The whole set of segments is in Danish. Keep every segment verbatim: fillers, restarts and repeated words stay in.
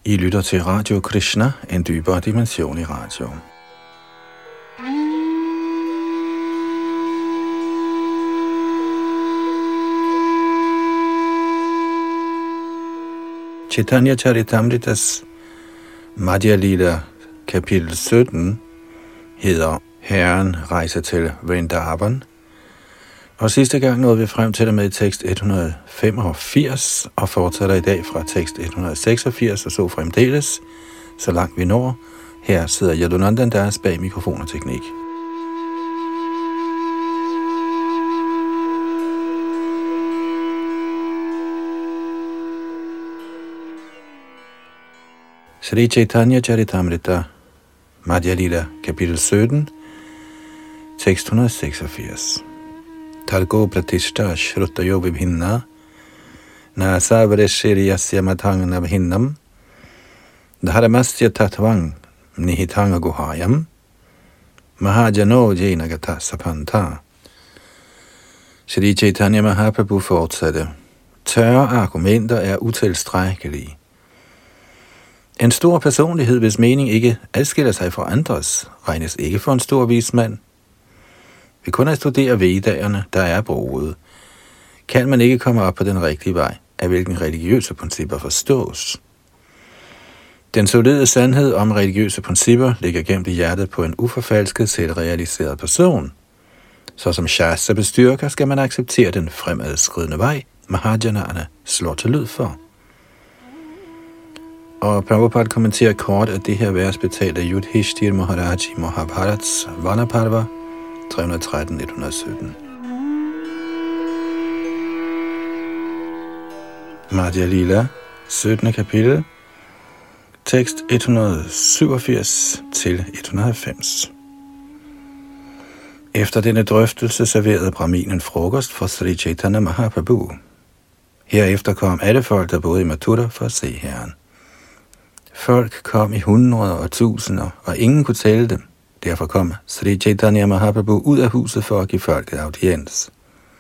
I lytter til Radio Krishna, en dybere dimension i radio. Chaitanya Charitamritas Madhya Lila kapitel sytten hedder Herren rejser til Vrindavan. Og sidste gang nåede vi frem til det med tekst et hundrede femogfirs, og fortsætter i dag fra tekst et hundrede seksogfirs og så fremdeles, så langt vi når. Her sidder Yadunandan Das bag mikrofon og teknik. Sri Chaitanya Charitamrita Madhya Lila kapitel sytten, tekst et hundrede seksogfirs. Targo pratishta shrutayo vibhinna nasa vareshiriyasya matangna bhinnam dharmasya tatvang nihitanga guhayam mahajano jenagata sapanta. Shri Chaitanya Mahaprabhu fortsatte: Tørre argumenter er utilstrækkelige. En stor personlighed, hvis mening ikke adskiller sig fra andres, regnes ikke for en stor vismand. Vi kun at studere vedderne, der er bruget, kan man ikke komme op på den rigtige vej, af hvilken religiøse principper forstås. Den solide sandhed om religiøse principper ligger gemt i hjertet på en uforfalsket, selvrealiseret person. Så som Shastra bestyrker, skal man acceptere den fremadskridende vej, Mahajanerne slår til lyd for. Og Prabhupada kommenterer kort, at det her vers betalt af Yudhishthir Maharaj i Mahabharats Vanaparva tre hundrede tretten til et hundrede sytten. Madhya Lila, syttende kapitel, tekst et hundrede syvogfirs til et hundrede halvfems. Efter denne drøftelse serverede Brahminen frokost for Sri Chaitanya Mahaprabhu. Herefter kom alle folk, der boede i Mathura, for at se Herren. Folk kom i hundreder og tusinder, og ingen kunne tælle dem. Derfor kom Sri Chaitanya Mahaprabhu ud af huset for at give folket audiens.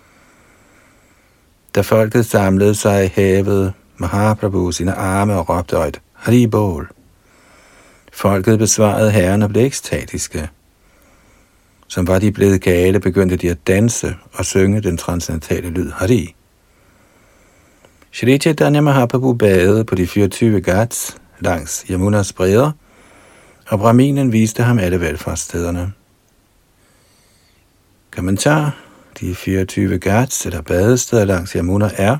Da folket samlede sig, hævede Mahaprabhu sine arme og råbte højt: Haribol! Folket besvarede Herren og blev ekstatiske. Som var de blevet gale, begyndte de at danse og synge den transcendentale lyd Hari. Shri Chaitanya Mahaprabhu badede på de fireogtyve ghats langs Yamunas bredder, og Brahminen viste ham alle valfartsstederne. Kommentar: De fireogtyve ghats, eller badesteder langs Yamuna, er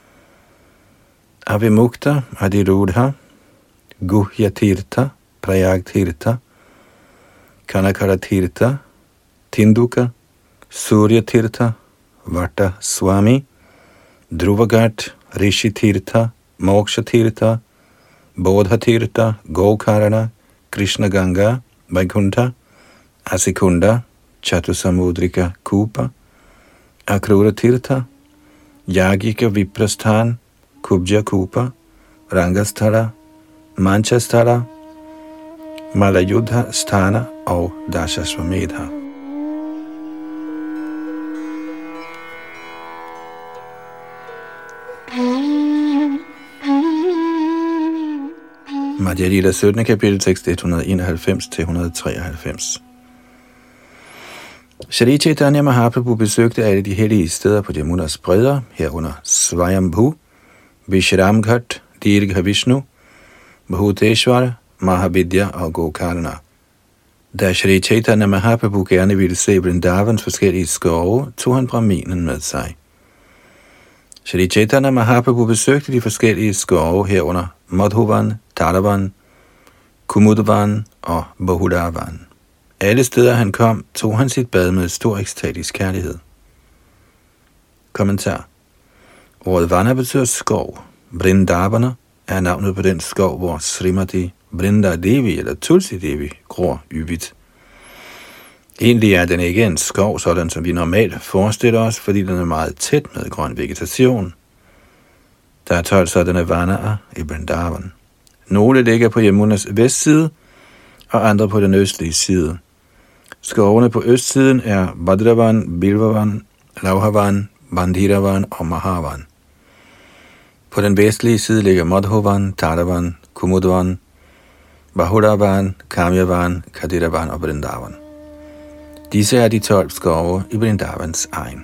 Avimukta, Adirudha, Guhyatirtha, Prayagtirtha, Kanakaratirtha, Tinduka, Suryatirtha, Vata Swami, Dhruvagat, Rishitirtha, Mokshatirtha, Bodhatirtha, Gokarana, Krishna Ganga, Vaikuntha, Asikunda, Chatusamudrika Kupa, Akrura Tirtha, Yagika Viprasthan, Kubja Kupa, Rangasthala, Manchasthala, Malayudha Sthana og Dashasvamedha. Madhya Lila syttende kapitel, tekst et hundrede enoghalvfems til et hundrede treoghalvfems. Shri Chaitanya Mahaprabhu besøgte alle de hellige steder på Yamunas bredder, herunder Swayambhu, Vishramghat, Dirgha Vishnu, Bhuteshwar, Mahavidya og Gokarna. Da Shri Chaitanya Mahaprabhu gerne ville se Vrindavans forskellige skove, tog han Brahminen med sig. Shri Chaitanya Mahaprabhu besøgte de forskellige skove herunder Madhuvan, Tadavan, Kumudavan og Bahudavan. Alle steder han kom, tog han sit bad med stor ekstatisk kærlighed. Kommentar: Ordet Vana betyder skov. Vrindavana er navnet på den skov, hvor Srimati Vrinda Devi eller Tulsi Devi gror yppigt. Egentlig er den ikke en skov, sådan som vi normalt forestiller os, fordi den er meget tæt med grøn vegetation. Der er tolv sådanne vana'er i Vrindavan. Nogle ligger på Yamunas vestside, og andre på den østlige side. Skovene på østsiden er Badravan, Bilvavan, Lauhavan, Bandhiravan og Mahavan. På den vestlige side ligger Madhuvan, Tadavan, Kumudvan, Bahuravan, Kamyavan, Kadiravan og Vrindavan. Disse er de tolv skove i Vrindavans egen.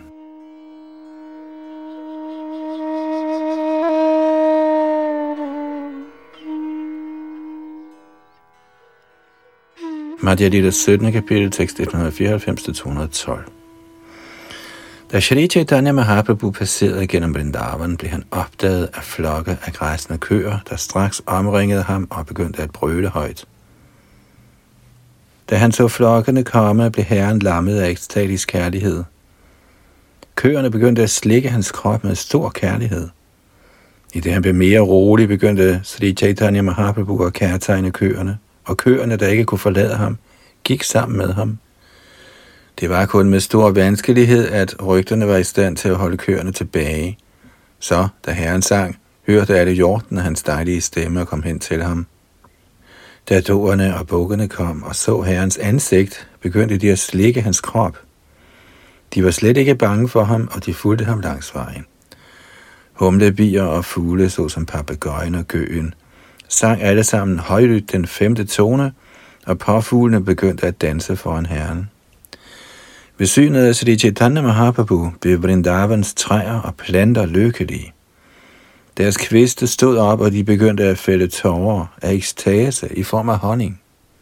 Madhya Lila syttende kapitel, tekst et hundrede fireoghalvfems til to hundrede og tolv. Da Shri Chaitanya Mahaprabhu passerede gennem Vrindavan, blev han opdaget af flokke af græsne køer, der straks omringede ham og begyndte at brøle højt. Da han så flokkene komme, blev herren lammet af ekstatisk kærlighed. Køerne begyndte at slikke hans krop med stor kærlighed. I det han blev mere rolig, begyndte Shri Chaitanya Mahaprabhu at kærtegne køerne, og køerne, der ikke kunne forlade ham, gik sammen med ham. Det var kun med stor vanskelighed, at rygterne var i stand til at holde køerne tilbage. Så, da herren sang, hørte alle hjortene hans dejlige stemme og kom hen til ham. Da duerne og bukkene kom og så herrens ansigt, begyndte de at slikke hans krop. De var slet ikke bange for ham, og de fulgte ham langs vejen. Humlebier og fugle, såsom papegøjen og gøen, sang alle sammen højlydt den femte tone, og påfuglene begyndte at danse foran herren. Ved synet af Shri Chaitanya Mahaprabhu blev Vrindavans træer og planter lykkelige. Deres kviste stod op, og de begyndte at fælde tårer af ekstase i form af honning.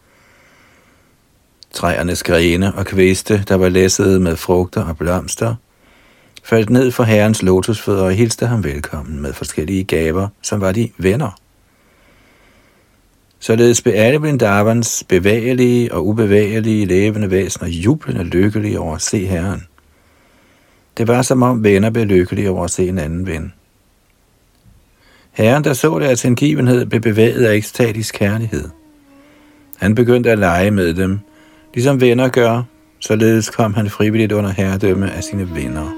Træernes grene og kviste, der var læssede med frugter og blomster, faldt ned for herrens lotusfødder og hilste ham velkommen med forskellige gaver, som var de venner. Således blev alle Vrindavans bevægelige og ubevægelige levende væsener jublende lykkelige over at se herren. Det var som om venner blev lykkelige over at se en anden ven. Herren, der så deres hengivenhed, blev bevæget af ekstatisk kærlighed. Han begyndte at lege med dem, ligesom venner gør, således kom han frivilligt under herredømme af sine venner.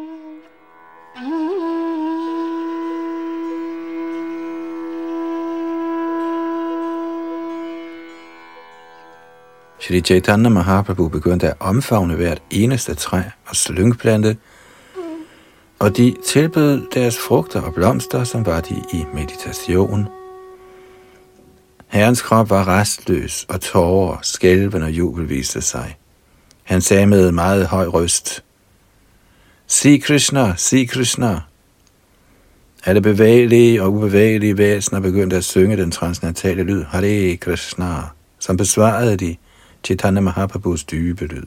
Shri Chaitanya Mahaprabhu begyndte at omfavne hvert eneste træ og slyngplante, og de tilbød deres frugter og blomster, som var de i meditation. Herrens krop var restløs, og tårer, skælven og jubel viste sig. Han sagde med meget høj røst: "Sig Krishna, sig Krishna." Alle bevægelige og ubevægelige væsener begyndte at synge den transcendentale lyd Hare Krishna, som besvarede de Chaitanya Mahaprabhus dybe lyd.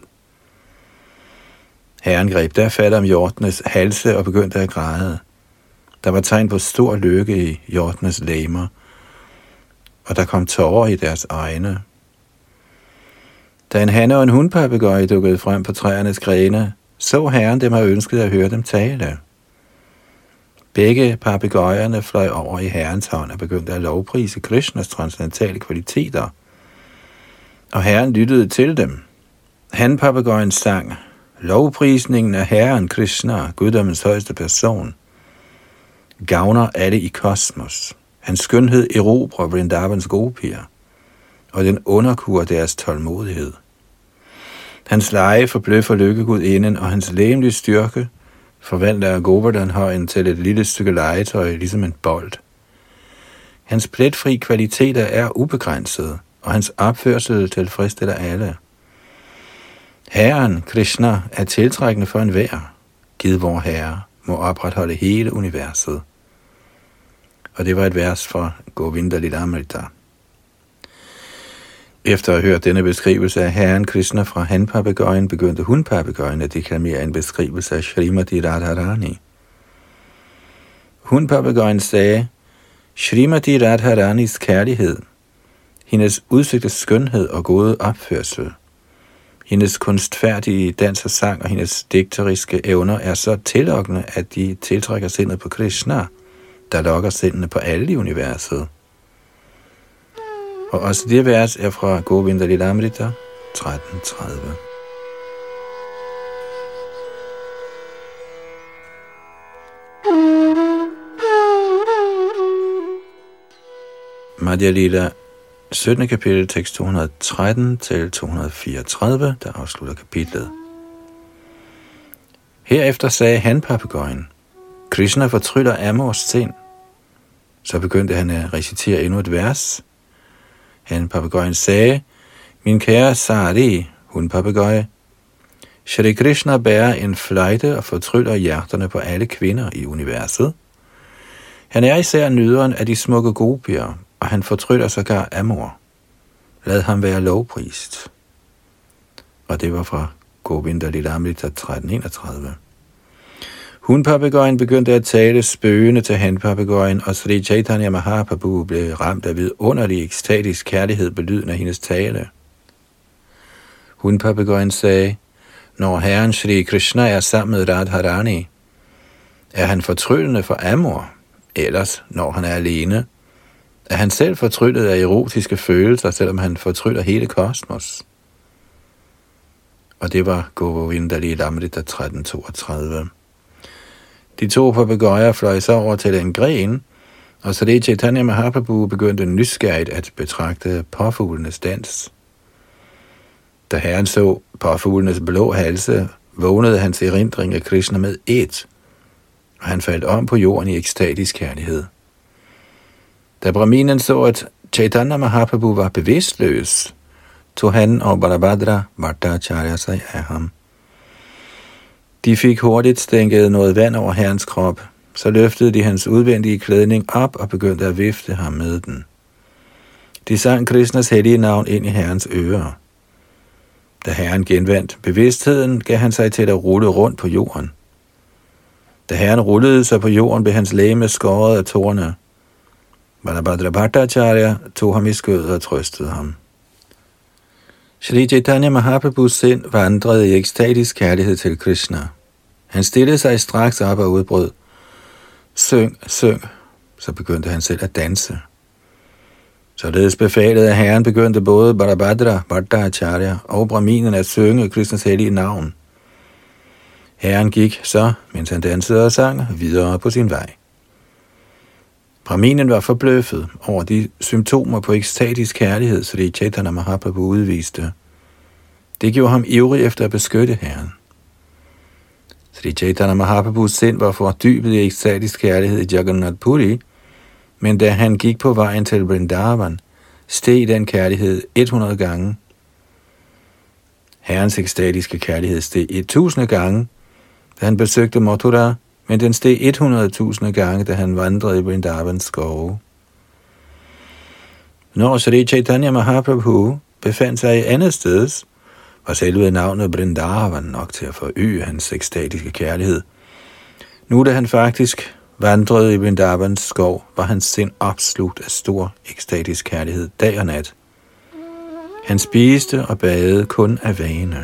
Herren greb der fat om hjortenes halse og begyndte at græde. Der var tegn på stor lykke i hjortenes legemer, og der kom tårer i deres øjne. Da en hanne og en hundpapegøje dukkede frem på træernes grene, så herren dem og ønskede at høre dem tale. Begge papegøjerne fløj over i herrens hånd og begyndte at lovprise Krishnas transcendentale kvaliteter, og herren lyttede til dem. Hanpapegøjen sang: "Lovprisningen af herren Krishna, guddommens højeste person, gavner alle i kosmos. Hans skønhed erobrer Vrindavans gopier, og den underkurer deres tålmodighed. Hans lege forbløffer lykkegudinden, og hans legemlige styrke forvandler Govardhan-højen til et lille stykke legetøj, ligesom en bold. Hans pletfri kvaliteter er ubegrænsede, og hans opførsel tilfredsstiller alle. Herren Krishna er tiltrækkende for enhver. Gid vor Herre må opretholde hele universet." Og det var et vers fra Govinda Lilamrita. Efter at have hørt denne beskrivelse af herren Krishna fra hanpapegøjen, begyndte hundpapegøjen at deklamere en beskrivelse af Shrimati Radharani. Hundpapegøjen sagde: "Shrimati Radharanis kærlighed, hendes udsøgte skønhed og gode opførsel, hendes kunstfærdige dans og sang og hendes digteriske evner er så tillokkende, at de tiltrækker sindet på Krishna, der lokker sindene på alle i universet." Og også det vers er fra Govinda Lilamrita tretten tredive. Madhya Lila syttende kapitel, tekst to hundrede og tretten til to hundrede og fireogtredive, der afslutter kapitlet. Herefter sagde hanpapegøjen: "Krishna fortryller Amors sind. Så begyndte han at recitere endnu et vers. Han papegøjen sagde, min kære Sari, hun papegøje, Shri Krishna bærer en fløjte og fortryller hjerterne på alle kvinder i universet. Han er især nyderen af de smukke gopier, og han fortryller sågar Amor. Lad ham være lovprist. Og det var fra Govinda Lilamrita tretten enogtredive. Hunpapegøjen begyndte at tale spøgende til hanpapegøjen, og Sri Chaitanya Mahaprabhu blev ramt af vidunderlig ekstatisk kærlighed ved lyden af hendes tale. Hunpapegøjen sagde, når herren Shri Krishna er sammen med Radharani, er han fortryllende for Amor. Ellers, når han er alene, er han selv fortryllet af erotiske følelser, selvom han fortryller hele kosmos. Og det var Govinda Lilamrita tretten toogtredive. De to papegøjer fløj så over til en gren, og så det Chaitanya Mahaprabhu begyndte nysgerrigt at betragte påfuglenes dans. Da herren så påfuglenes blå halse, vågnede hans erindring af Krishna med ét, og han faldt om på jorden i ekstatisk kærlighed. Da Brahminen så, at Chaitanya Mahaprabhu var bevidstløs, tog han og Balabhadra Bhattacharya sig af ham. De fik hurtigt stænket noget vand over herrens krop, så løftede de hans udvendige klædning op og begyndte at vifte ham med den. De sang Krishnas hellige navn ind i herrens ører. Da herren genvandt bevidstheden, gav han sig til at rulle rundt på jorden. Da herren rullede sig på jorden, blev hans legeme skåret af tårne. Balabhadra Bhattacharya tog ham i skødet og trøstede ham. Shri Chaitanya Mahaprabhus sind vandrede i ekstatisk kærlighed til Krishna. Han stillede sig straks op og udbrød. Syng, syng. Så begyndte han selv at danse. Således befalede af herren begyndte både Balabhadra Bhattacharya og Brahminen at synge Krishnas hellige navn. Herren gik så, mens han dansede og sang, videre på sin vej. Brahminen var forbløffet over de symptomer på ekstatisk kærlighed, så det Chaitanya Mahaprabhu udviste. Det gjorde ham ivrig efter at beskytte herren. Sri Chaitanya Mahaprabhus sind var fordybet i ekstatisk kærlighed i Jagannath Puri, men da han gik på vejen til Vrindavan, steg den kærlighed hundrede gange. Herrens ekstatiske kærlighed steg tusind gange, da han besøgte Mathura, men den steg hundrede tusind gange, da han vandrede i Vrindavans skove. Når Sri Chaitanya Mahaprabhu befandt sig i andet sted, var selve navnet Vrindavan nok til at forøge hans ekstatiske kærlighed. Nu da han faktisk vandrede i Vrindavans skov, var hans sind opslugt af stor ekstatisk kærlighed dag og nat. Han spiste og badede kun af vane.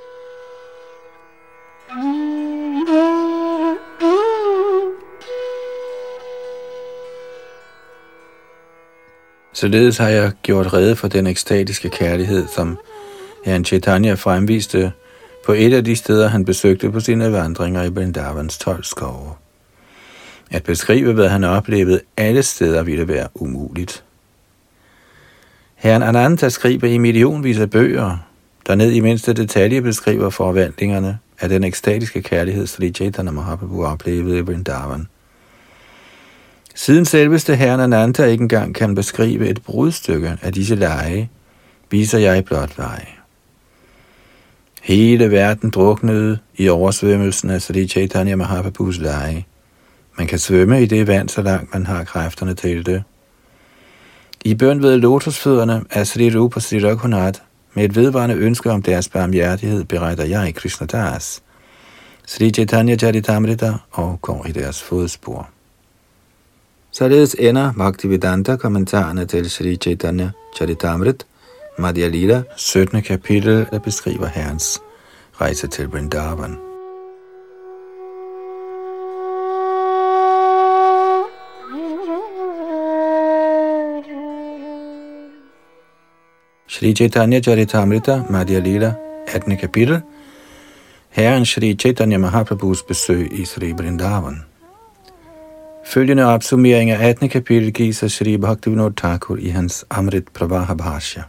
Således har jeg gjort rede for den ekstatiske kærlighed, som herren Chaitanya fremviste på et af de steder, han besøgte på sine vandringer i Vrindavans tolv skove. At beskrive, hvad han oplevede alle steder, ville være umuligt. Herren Ananta skriver i millionvis af bøger, der ned i mindste detalje beskriver forvandlingerne af den ekstatiske kærlighed, Sri Chaitanya Mahaprabhu oplevede i Vrindavan. Siden selveste herren Ananta ikke engang kan beskrive et brudstykke af disse lege, viser jeg blot vej. Hele verden druknede i oversvømmelsen af Sri Chaitanya Mahaprabhus lege. Man kan svømme i det vand, så langt man har kræfterne til det. I bøn ved lotusfødderne af Sri Rupa Sri Raghunath, med et vedvarende ønske om deres barmhjertighed, beretter jeg Krishna Das, Sri Chaitanya Charitamrita og går i deres fodspor. Således ender Bhaktivedanta-kommentarerne til Sri Chaitanya Charitamrita, Madhya Lila, syttende kapitel, der beskriver herrens rejse til Vrindavan. Sri Chaitanya Charitamrita, Madhya Lila, attende kapitel, herren Sri Chaitanya Mahaprabhus besøg i Sri Vrindavan. Følgende opsummering af attende kapitel gives af Sri Bhaktivinoda Thakur i hans Amrit Pravaha Bhashya.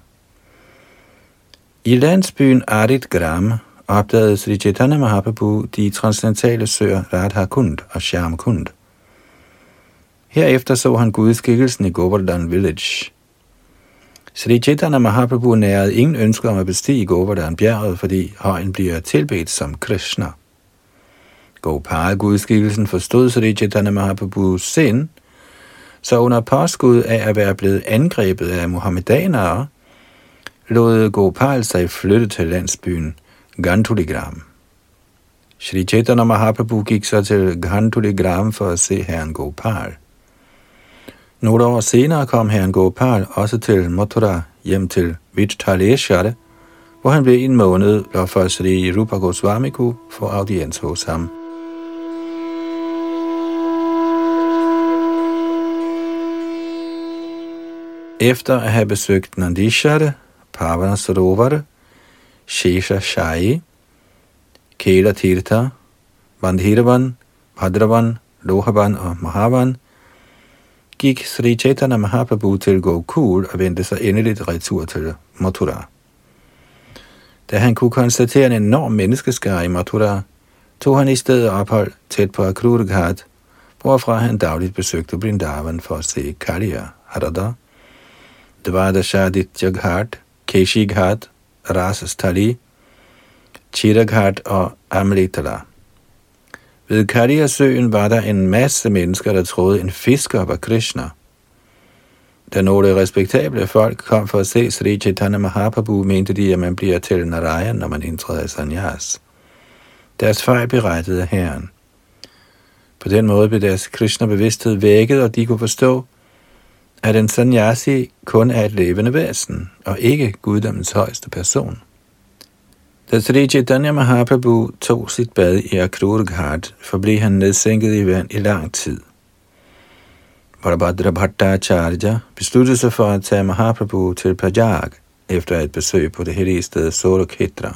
I landsbyen Arit Gram opdagede Sri Chaitanya Mahaprabhu de transcendentale søer Radha Kund og Shyam Kund. Herefter så han gudskikkelsen i Govardhan Village. Sri Chaitanya Mahaprabhu nærede ingen ønsker om at bestige Govardhan-bjerget, fordi højen bliver tilbedt som Krishna. Gopal-gudskikkelsen forstod Sri Chaitanya Mahaprabhus sind, så under påskud af at være blevet angrebet af muhammedanere, lod Gopal sig flytte til landsbyen Gantuligram. Sri Chaitanya Mahaprabhu gik så til Gantuligram for at se herren Gopal. Nogle år senere kom herren Gopal også til Mathura hjem til Vittaleshwara, hvor han blev en måned, og for Sri Rupa Goswami kunne få audiens hos ham. Efter at have besøgt Nandishwara, Pavana Sarovar, Shesha Shai, Kela Tirtha, Bandhiravan, Bhadravan, Lohavan og Mahavan, gik Sri Chaitanya Mahaprabhu til Gokul og vendte sig endeligt retur til Mathura. Da han kunne konstatere en enorm menneskeskare i Mathura, tog han i stedet ophold tæt på Akrura Ghat, hvorfra han dagligt besøgte Vrindavan for at se Kaliya, Harada, Dvadashaditya Ghat, Keshi Ghat, Rasastali, Chiraghat og Amletala. Ved Kaliya-søen var der en masse mennesker, der troede en fisker var Krishna. Da nogle respektable folk kom for at se Sri Chaitanya Mahaprabhu, mente de, at man bliver til Narayan, når man indtræder sannyas. Deres fejl berettede herren. På den måde blev deres Krishna-bevidsthed vækket, og de kunne forstå, at en sannyasi kun er et levende væsen, og ikke guddommens højeste person. Da Sri Chaitanya Mahaprabhu tog sit bad i Akrura Ghat, forblev han nedsænket i vand i lang tid. Balabhadra Bhattacharya besluttede sig for at tage Mahaprabhu til Prayag efter et besøg på det hellige sted Suraksheta.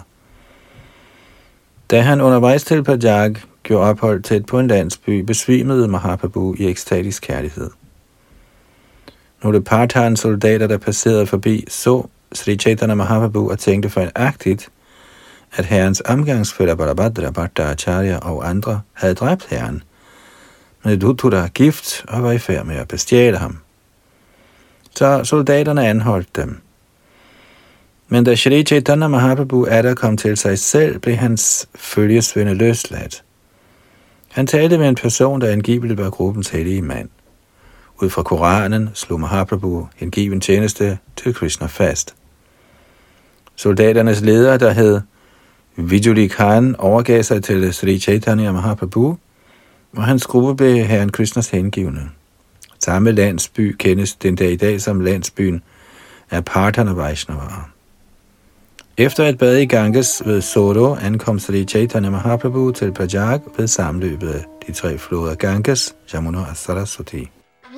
Da han undervejs til Prayag gjorde ophold tæt på en landsby, besvimede Mahaprabhu i ekstatisk kærlighed. Nogle Pathan-soldater, der passerede forbi, så Sri Chaitanya Mahaprabhu og tænkte fejlagtigt, at herrens omgangsfæller Balabhadra Bhattacharya og andre havde dræbt herren med Dhutura gift og var i færd med at bestjæle ham. Så soldaterne anholdt dem. Men da Sri Chaitanya Mahaprabhu atter kom til sig selv, blev hans følgesvende løsladt. Han talte med en person, der angiveligt var gruppens hellige mand. Ud fra Koranen slog Mahaprabhu hengiven tjeneste til Krishna fast. Soldaternes leder, der hed Vijuli Khan, overgav sig til Sri Chaitanya Mahaprabhu, og hans gruppe blev herren Krishnas hengivne. Samme landsby kendes den dag i dag som landsbyen af Parthan og Vaishnavaer. Efter et bad i Ganges ved Soro ankom Sri Chaitanya Mahaprabhu til Prayag ved sammenløbet af de tre floder Ganges, Jamuna og Saraswati.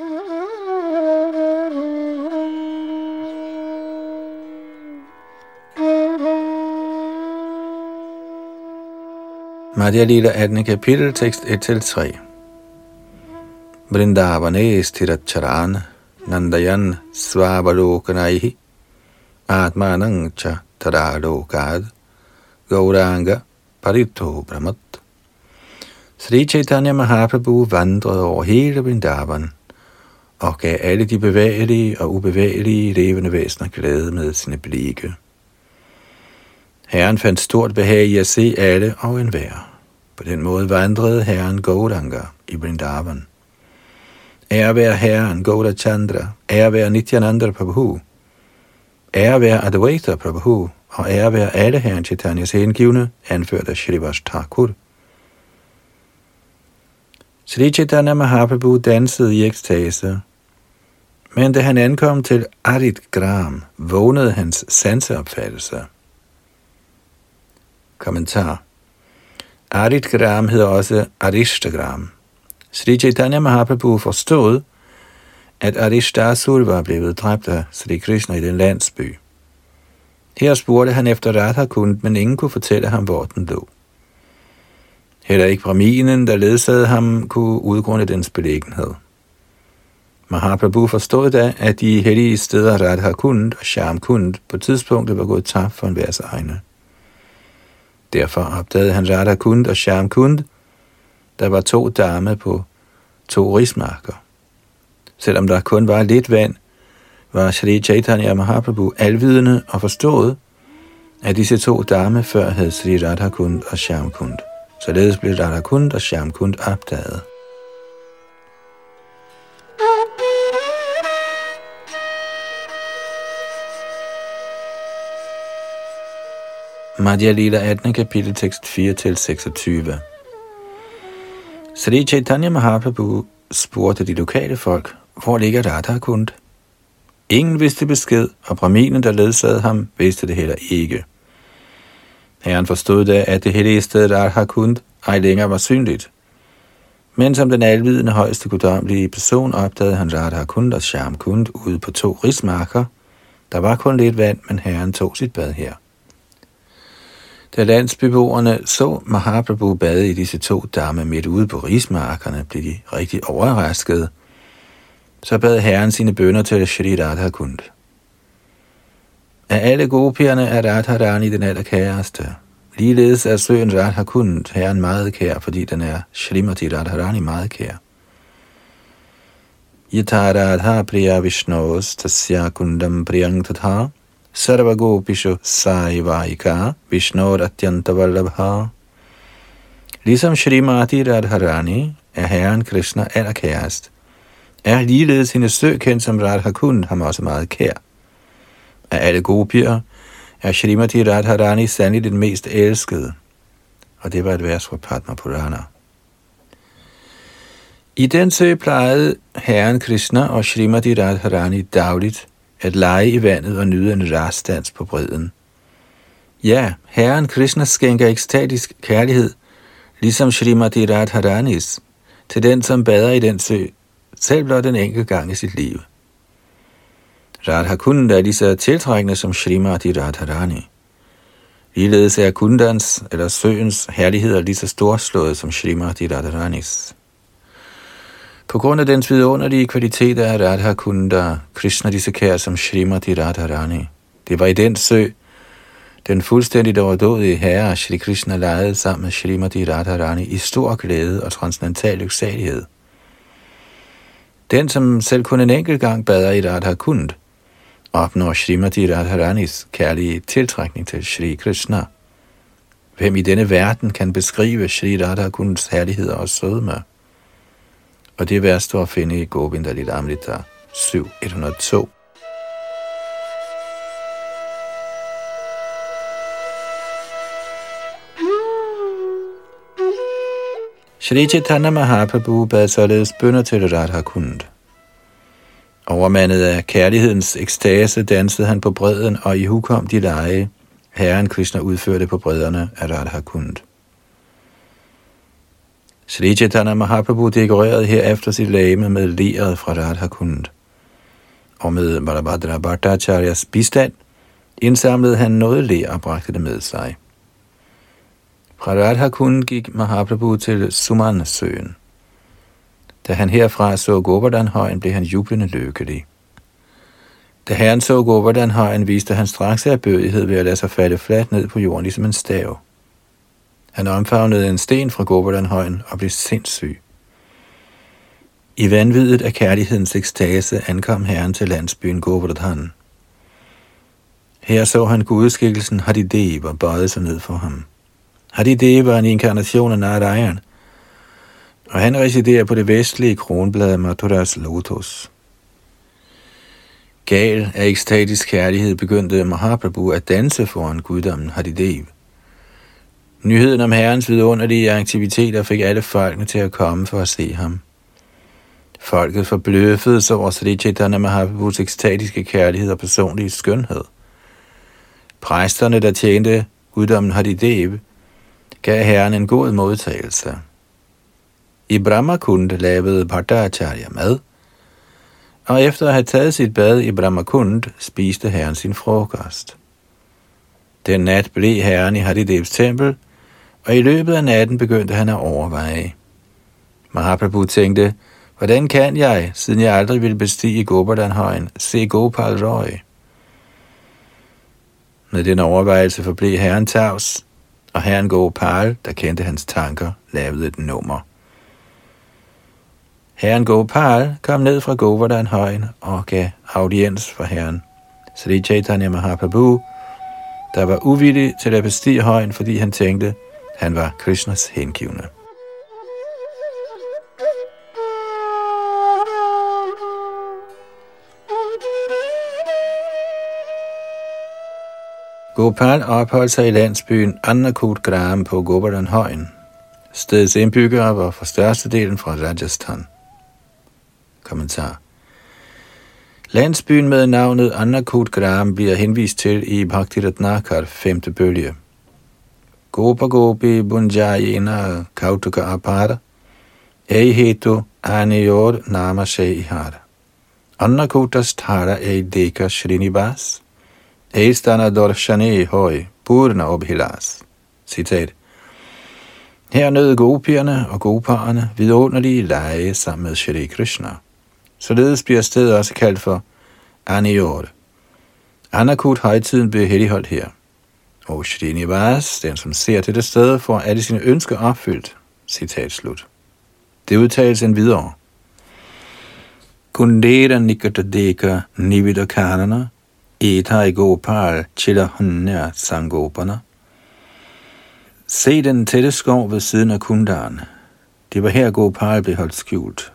Madhya Lila attende kapitel, tekst et til tre. Vrindavane stirat charan, nandayan svabalokanaihi, atmanang cha tadalokad, gauranga parito brahmat. Sri Chaitanya Mahaprabhu vandrede over hele Vrindavan og gav alle de bevægelige og ubevægelige levende væsener glæde med sine blikke. Herren fandt stort behag i at se alle og enhver. På den måde vandrede herren Gauranga i Vrindavan. Ære være herren Gaura Chandra, ære være Nityananda Prabhu, ære være Advaita Prabhu, og ære være alle herren Chaitanyas hengivne, anført af Shrivas Thakur. Sri Chaitanya Mahaprabhu dansede i ekstase, men da han ankom til Arit Gram, vågnede hans sanseopfattelse. Kommentar. Arit Gram hedder også Arishtagram. Sri Chaitanya Mahaprabhu forstod, at Arishtasur var blevet dræbt af Sri Krishna i den landsby. Her spurgte han efter Radha Kund, men ingen kunne fortælle ham, hvor den lå. Heller ikke Brahminen, der ledsagede ham, kunne udgrunde dens beliggenhed. Mahaprabhu forstod da, at de hellige steder Radha Kund og Shyam Kund på tidspunktet var gået tabt for enhvers egne. Derfor opdagede han Radha Kund og Shyam Kund, der var to damer på to rismarker. Selvom der kun var lidt vand, var Shri Chaitanya Mahaprabhu alvidende og forstået, at disse to damer før havde Sri Radhakund og Shyamkund. Således blev Radhakund og Shyamkund opdaget. Madhya Lila attende kapitel, tekst fire til seksogtyve. Sri Chaitanya Mahaprabhu spurgte de lokale folk, hvor ligger Radhakund? Ingen vidste besked, og brahminen, der ledsagede ham, vidste det heller ikke. Herren forstod da, at det hellige sted Radhakund ej længere var synligt. Men som den alvidende højeste guddommelige person opdagede han Radhakund og Shyamkund ude på to rismarker. Der var kun lidt vand, men herren tog sit bad her. Da landsbeboerne så Mahaprabhu bade i disse to damme midt ude på rismarkerne, blev de rigtig overraskede. Så bad herren sine bønner til Shri Radhakund. Af alle gopierne er Radharani den allerkæreste. Ligeledes er søen Radhakund herren meget kær, fordi den er Shrimati Radharani meget kær. Yatha Radha Priya Vishnos Tasya Kundam Priyang Tatha Sarva Gopisho Saivaika Vishnor Atyanta Vallabha. Ligesom Shrimati Radharani er herren Krishna allerkærest, er ligeledes hendes sø kendt som Radhakund ham også meget kær. Af alle gopier er Shrimati Radharani sandelig den mest elskede. Og det var et vers fra Padma Purana. I den sø plejede herren Krishna og Shrimati Radharani dagligt at lege i vandet og nyde en rastdans på bredden. Ja, herren Krishna skænker ekstatisk kærlighed, ligesom Shrimati Radharanis, til den, som bader i den sø, selv blot en enkelt gang i sit liv. Radhakund er lige så tiltrækkende som Shrimati Radharani. Ligeledes er kundans eller søens herligheder lige så storslået som Shrimati Radharanis. På grund af dens vidunderlige kvaliteter er Radhakunda Krishna lige så kær som Shrimati Radharani. Det var i den sø, den fuldstændigt overdådige herre Shri Krishna legede sammen med Shrimati Radharani i stor glæde og transcendental lyksalighed. Den, som selv kun en enkelt gang bader i Radhakund, opnår Shrimati Radharanis kærlige tiltrækning til Shri Krishna. Hvem i denne verden kan beskrive Shri Radhakunds herligheder og sødme? Og det vers står at finde i Govinda Lilamrita syv et hundrede og to. Shri Chaitanya Mahaprabhu bad således bønner til Radhakund. Overmandet af kærlighedens ekstase dansede han på bredden, og i hukom de lege, herren Krishna udførte på bredderne af Radhakund. Shri Chaitanya Mahaprabhu dekorerede herefter sit legeme med leret fra Radhakund, og med Balabhadra Bhattacharyas bistand indsamlede han noget ler og bragte det med sig. Fra Radhakund gik Mahaprabhu til Suman-søen. Da han herfra så Govardhan-højen, blev han jublende lykkelig. Da herren så Govardhan-højen, viste han straks ærbødighed ved at lade sig falde fladt ned på jorden, ligesom en stav. Han omfavnede en sten fra Govardhan-højen og blev sindssyg. I vanviddet af kærlighedens ekstase ankom herren til landsbyen Govardhan. Her så han gudskikkelsen Hadideva bøjede sig ned for ham. Hadideva er en inkarnation af Narayan, og han residerer på det vestlige kronblad af Mathuras lotus. Gal af ekstatisk kærlighed begyndte Mahaprabhu at danse foran guddommen Hadidev. Nyheden om herrens vidunderlige aktiviteter fik alle folkene til at komme for at se ham. Folket forbløffedes over Sri Chaitanya Mahaprabhus ekstatiske kærlighed og personlige skønhed. Præsterne, der tjente guddommen Hadidev, gav herren en god modtagelse. I Brahmakund lavede Bhattacharya mad, og efter at have taget sit bad i Brahmakund, spiste herren sin frokost. Den nat blev herren i Hadidevs tempel, og i løbet af natten begyndte han at overveje. Mahaprabhu tænkte, hvordan kan jeg, siden jeg aldrig ville bestige Govardhan-højen, se Gopal Roy? Med den overvejelse forblev herren tavs, og herren Gopal, der kendte hans tanker, lavede et nummer. Herren Gopal kom ned fra Govardhan-højen og gav audiens for herren Sri Chaitanya Mahaprabhu, der var uvillig til at bestige højen, fordi han tænkte, han var Krishnas hengivne. Gopal opholdt sig i landsbyen Annakut Gram på Govardhan-højen. Stedets indbyggere var for størstedelen fra Rajasthan. Kommentar. Landsbyen med navnet Annakut Gram bliver henvist til i Bhakti Ratnakar femte bølge. Gopa Gopi Bunjayena Kautuka Apara Eihetu Aniyor Nama Sheihara Annakutas Thara Eideka Srinivas Eistana Dorshane Hoi Purna Obhilas. Citat. Her nød gopierne og goparerne vidunderlige lege sammen med Shri Krishna. Således bliver stedet også kaldt for Aniyor. Annakut højtiden blev helligholdt her. Og Srinivas, den som ser til det sted, får alle sine ønsker opfyldt. Citat slut. Det udtales en videre. Kundera nikatadeka nividakanana etai gopal chilahanya sangopana. Se den tætte skov ved siden af Kundaren. Det var her Gopal blev holdt skjult.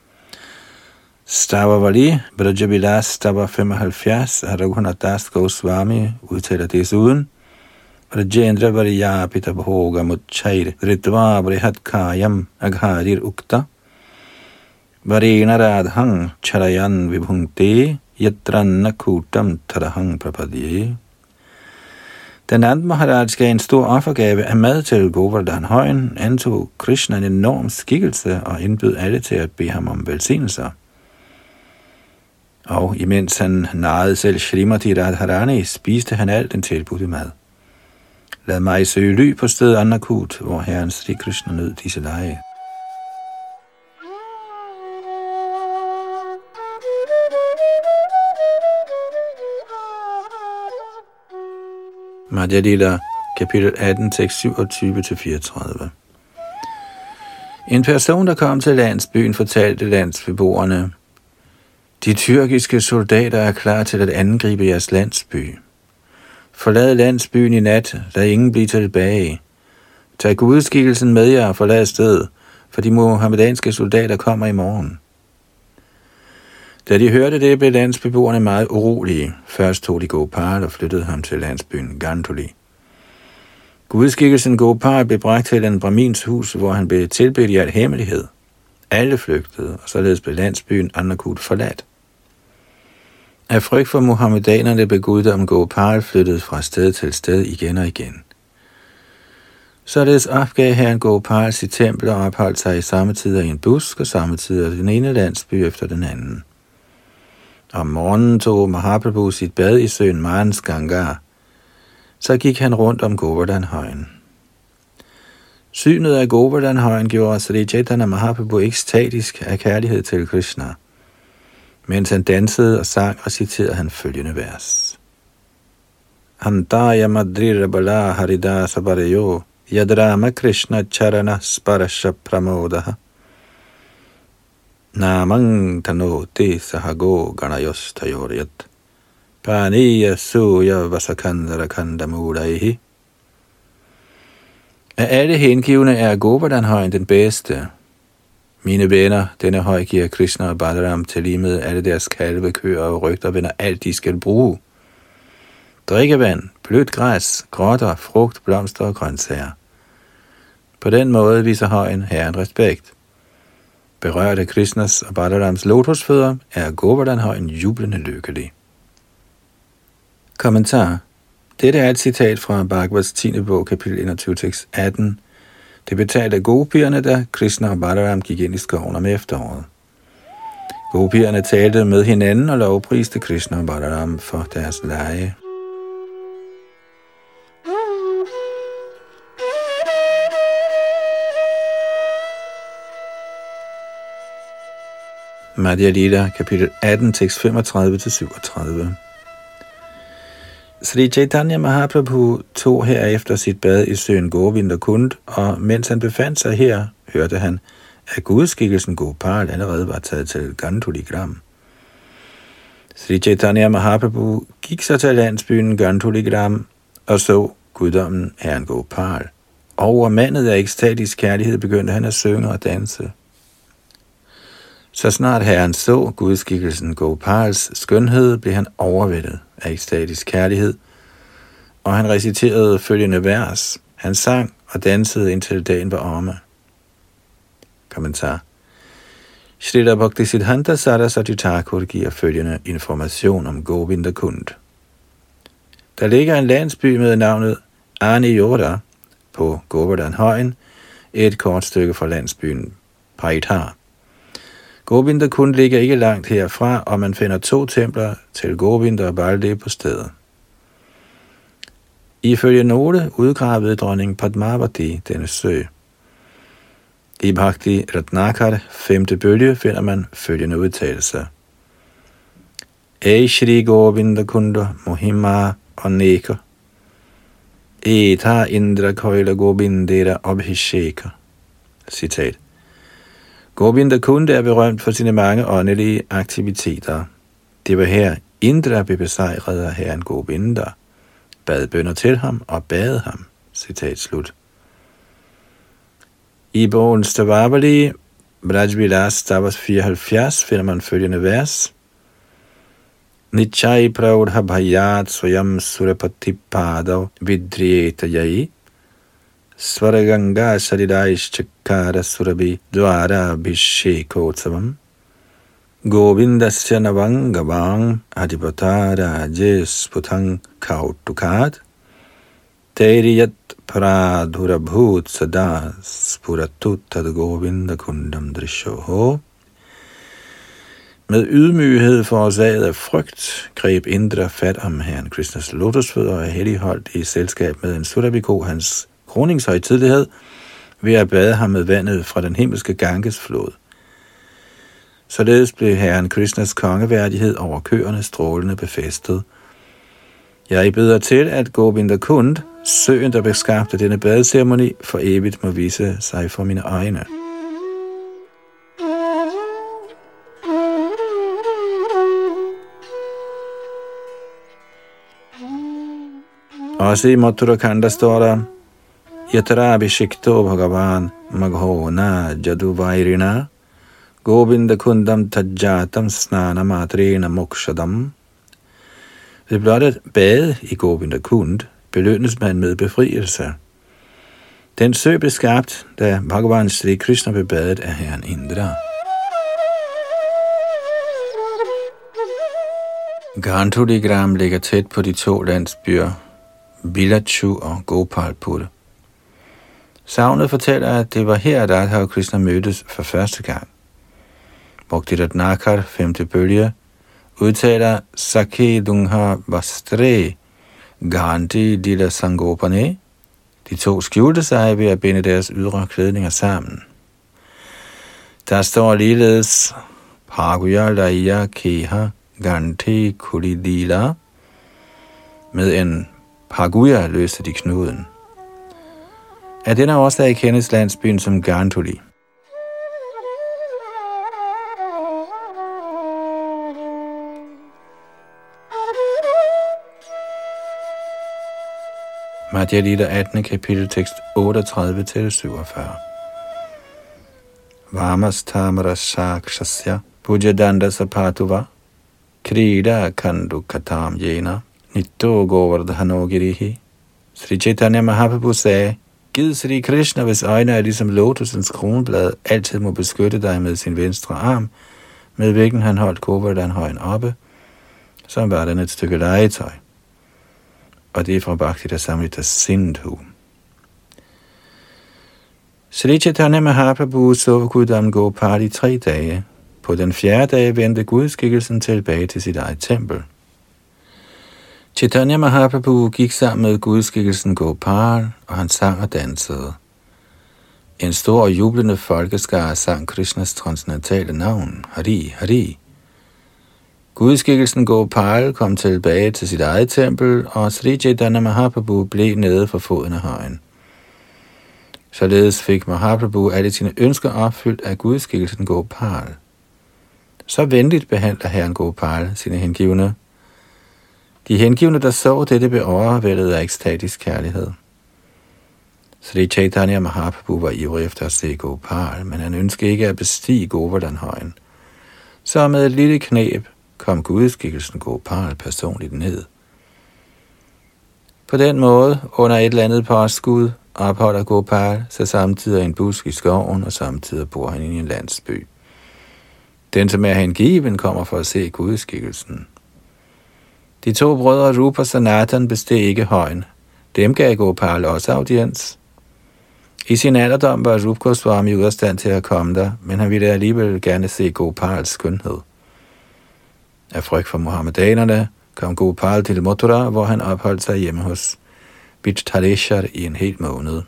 Stavavali, Brajavilas Stava femoghalvfjerds, af Raghunath Das Goswami udtaler desuden, Rajendra Variyapita Bhoga Muchair Ritva Brihat Kayam Agharir Ukta Varena Radhang Charayan Vibhungte Yatranna Kutam Tarahang Prapadye. Da Nand Maharaj gav en stor offergave af mad til Govardhan-højen, antog Krishna en enorm skikkelse og indbød alle til at bede ham om velsignelser. Og imens han narrede selv Shrimati Radharani, spiste han alt den tilbudte mad. Lad mig søge ly på stedet Annakut, hvor herren Sri Krishna nød disse lege. Madhya Lila, kapitel atten, tekst syvogtyve til fireogtredive. En person, der kom til landsbyen, fortalte landsbeboerne, de tyrkiske soldater er klar til at angribe jeres landsby. Forlad landsbyen i nat, lad ingen blive tilbage. Tag gudskikkelsen med jer og forlad stedet, for de muhammedanske soldater kommer i morgen. Da de hørte det, blev landsbeboerne meget urolige. Først tog de Gopal og flyttede ham til landsbyen Gantoli. Gudskikkelsen Gopal blev bragt til en brahmins hus, hvor han blev tilbedt i al hemmelighed. Alle flygtede, og således blev landsbyen Annakut forladt. Af frygt for muhammedanerne blev guddommen Gopal flyttet fra sted til sted igen og igen. Således opgav herren Gopal sit tempel og opholdt sig i samme tider i en busk og samme tider den ene landsby efter den anden. Om morgenen tog Mahaprabhu sit bad i søen Mans Ganga. Så gik han rundt om Govardhan-højen. Synet af Govardhan-højen gjorde Sri Chaitanya Mahaprabhu ekstatisk af kærlighed til Krishna. Mens han dansede og sang, reciterede han følgende vers. Antaya madrira bala haridasa barayo yadrama Krishna charana sparasha pramodaha namang tano te sahago ganayos tayoriyat paniya suya vasakandara kandamudaihi. Af alle hengivne er Govardhan-højen den bedste. Mine venner, denne høj giver Krishna og Balaram til lige med alle deres kalve, køer og rygter vender alt, de skal bruge. Drikkevand, blødt græs, grotter, frugt, blomster og grøntsager. På den måde viser højen herren respekt. Berørt af Krishnas og Balarams lotusfødder er Govardhan-højen jublende lykkelig. Kommentar. Dette er et citat fra Bhagavats tiende bog, kapitel enogtyve, tekst atten. Det betalte af gopierne, da Krishna og Balaram gik ind i skoven om efteråret. Gopierne talte med hinanden og lovpriste Krishna og Balaram for deres lege. Madhya Lila, kapitel atten, tekst femogtredive til syvogtredive. Sri Chaitanya Mahaprabhu tog herefter sit bad i søen Govinda Kund, og mens han befandt sig her, hørte han, at gudskikkelsen Gopal allerede var taget til Gantuligram. Sri Chaitanya Mahaprabhu gik så til landsbyen Gantuligram og så guddommen herren Gopal. Overmandet af ekstatisk kærlighed begyndte han at synge og danse. Så snart herren så gudskikkelsen Gopals skønhed, blev han overvældet af ekstatisk kærlighed, og han reciterede følgende vers. Han sang og dansede indtil dagen var omme. Kommentar. Shrita Bhaktisiddhanta Saraswati Thakur giver følgende information om Govinda Kund. Der ligger en landsby med navnet Aniyoda på Govardhan-højen, et kort stykke fra landsbyen Paitar. Govinda Kund ligger ikke langt herfra, og man finder to templer til Govinda og Baldev på stedet. Ifølge note udgravede dronning Padmavati denne sø. I Bhakti Ratnakar, femte bølge, finder man følgende udtalelser. Ei Shri Govinda Kunda Mohima Aneka Etha Indra Koila Govindera Abhisheka. Citat. Govinda Kunda er berømt for sine mange åndelige aktiviteter. Det var her Indra blev besejret af herren Govinda, bad bønner til ham og bad ham. Citat slut. I bogen Stavavali, Brajvilas Stavas fireoghalvfjerds, finder man følgende vers. Nichai praudha bhayat swayam surapatipadav vidriyeta yai svaraganga saridaish chakara surabi dvara abhishekotsavam govindasya navangavang adipatara jesputang kautukat teriyat pradhurabhut sada spuratutad Govinda Kundam drishoho. Med ydmyghed forårsaget af frygt greb Indra fat om herren Krishnas lotusfødder og helligholdt i selskab med en Surabiko hans kroningshøjtidelighed ved at bade ham med vandet fra den himmelske Ganges flod. Således blev herren Krishnas kongeværdighed over køerne strålende befæstet. Jeg beder til, at Govinda Kund, søen, der beskabte denne badeceremoni, for evigt må vise sig for mine øjne. Også i Mathura-kanda står der, Yatra Abhishekto Bhagavan Maghona Jaduvairina Govinda Kundam Tajjatam Snana Matrena Mokshadam. Ved blot at bade i Govinda Kund belønnes man med befrielse. Den sø blev skabt, da Bhagavan Sri Krishna blev badet af herren Indra. Gantuligram ligger tæt på de to landsbyer Bilachu og Gopalpur. Sagnet fortæller, at det var her, at Radha og Krishna mødtes for første gang. Bhakti Ratnakar, femte bølge, udtaler Sakhe Dungha Vastre Gandhi Lila Sangopane. De to skjulte sig ved at binde deres ydre klædninger sammen. Der står ligeledes Paguya Laya Keha Gandhi Kulidila. Med en Paguya løste de knuden. Af denne årsag kendes landsbyen som Gantuli. Madhya Lila attende kapitel tekst otteogtredive til syvogfyrre. Vamas tamara shakshasya pujadanda sapatuva krida kandu katam jena nitto govardhano girihi. Sri Chaitanya Mahaprabhu sagde, Gid Sri Krishna, hvis øjne er ligesom lotusens kronblad, altid må beskytte dig med sin venstre arm, med hvilken han holdt Govardhan-højen oppe, som var den et stykke legetøj. Og det er fra Bhakti Rasamrita Sindhu. Sri Chaitanya Mahaprabhu så guddommen Gopal i tre dage. På den fjerde dag vendte gudskikkelsen tilbage til sit eget tempel. Chaitanya Mahaprabhu gik sammen med gudskikkelsen Gopal, og han sang og dansede. En stor og jublende folkeskare sang Krishnas transcendentale navn, Hari Hari. Gudskikkelsen Gopal kom tilbage til sit eget tempel, og Sri Chaitanya Mahaprabhu blev nede for foden af højen. Således fik Mahaprabhu alle sine ønsker opfyldt af gudskikkelsen Gopal. Så venligt behandler herren Gopal sine hengivne. De hengivne, der så dette, blev overvældet af ekstatisk kærlighed. Sri Chaitanya Mahaprabhu var ivrig efter at se Gopal, men han ønskede ikke at bestige Govardhan-højen. Så med et lille knæb kom gudskikkelsen Gopal personligt ned. På den måde, under et eller andet påskud, opholder Gopal sig samtidig i en busk i skoven, og samtidig bor han i en landsby. Den, som er hengiven, kommer for at se gudskikkelsen. De to brødre Rupa og Sanatan besteg ikke højen. Dem gav Gopal også audiens. I sin alderdom var Rupa Goswami ude af stand til at komme der, men han ville alligevel gerne se Gopals skønhed. Af frygt for muhammedanerne kom Gopal til Mathura, hvor han opholdt sig hjemme hos Vittaleshwar i en hel måned.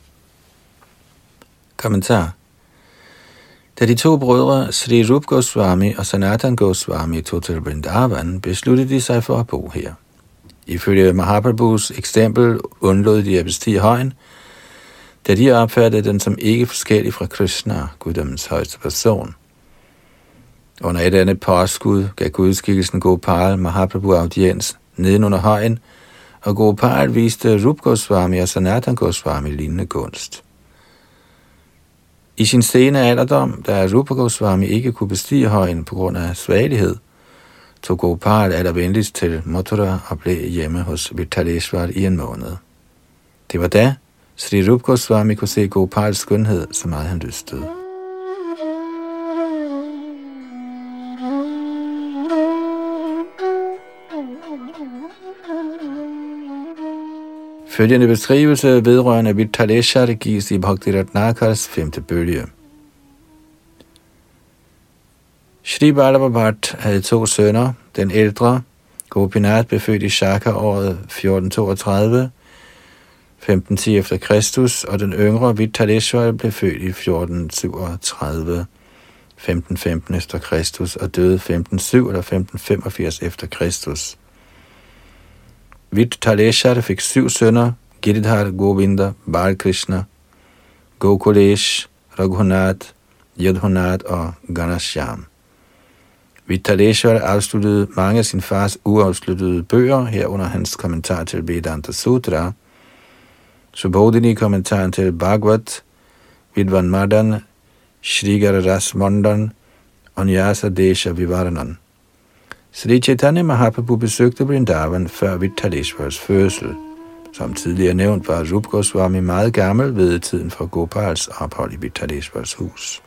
Kommentar. Da de to brødre Sri Rupa Goswami og Sanatan Goswami tog til Vrindavan, besluttede de sig for at bo her. Ifølge Mahaprabhus eksempel undlod de at bestige højen, da de opfattede den som ikke forskellig fra Krishna, guddommens højeste person. Under et andet påskud gav gudskikkelsen Gopal Mahaprabhu audiens nedenunder højen, og Gopal viste Rupa Goswami og Sanatan Goswami lignende gunst. I sin sene alderdom, da Rupa Goswami ikke kunne bestige højen på grund af svagelighed, tog Gopal allervenligst til Mathura og blev hjemme hos Vittaleshwar i en måned. Det var da Sri Rupa Goswami kunne se Gopals skønhed, så meget han lystede. Følgende beskrivelse vedrørende Vittaleshwar gives i Bhakti Ratnakars femte bølge. Shri Vallabha Bhatt havde to sønner. Den ældre, Gopinath, blev født i Shaka-året fjorten toogtredive, femten ti efter Kristus, og den yngre Vittaleshwar blev født i fjorten syvogtredive, femten femten efter Kristus, og døde femten syv eller femten femogfirs efter Kristus. Vittaleshwar fik syv sønner: Giridhar, Govinda, Balkrishna, Gokulesh, Raghunath, Yadhunath og Ghanashyam. Vittaleshwar afsluttede mange af sin fars uafsluttede bøger, herunder hans kommentar til Vedanta Sutra, Subodhini-kommentaren til Bhagavad, Vidvan Madan, Shrigara Ras Mandan og Nyasa Desha Vivaranan. Sri Chaitanya Mahaprabhu besøgte Vrindavan før Vittaleshwars fødsel. Som tidligere nævnt var Rupa Goswami meget gammel ved tiden for Gopals ophold i Vittaleshwars hus.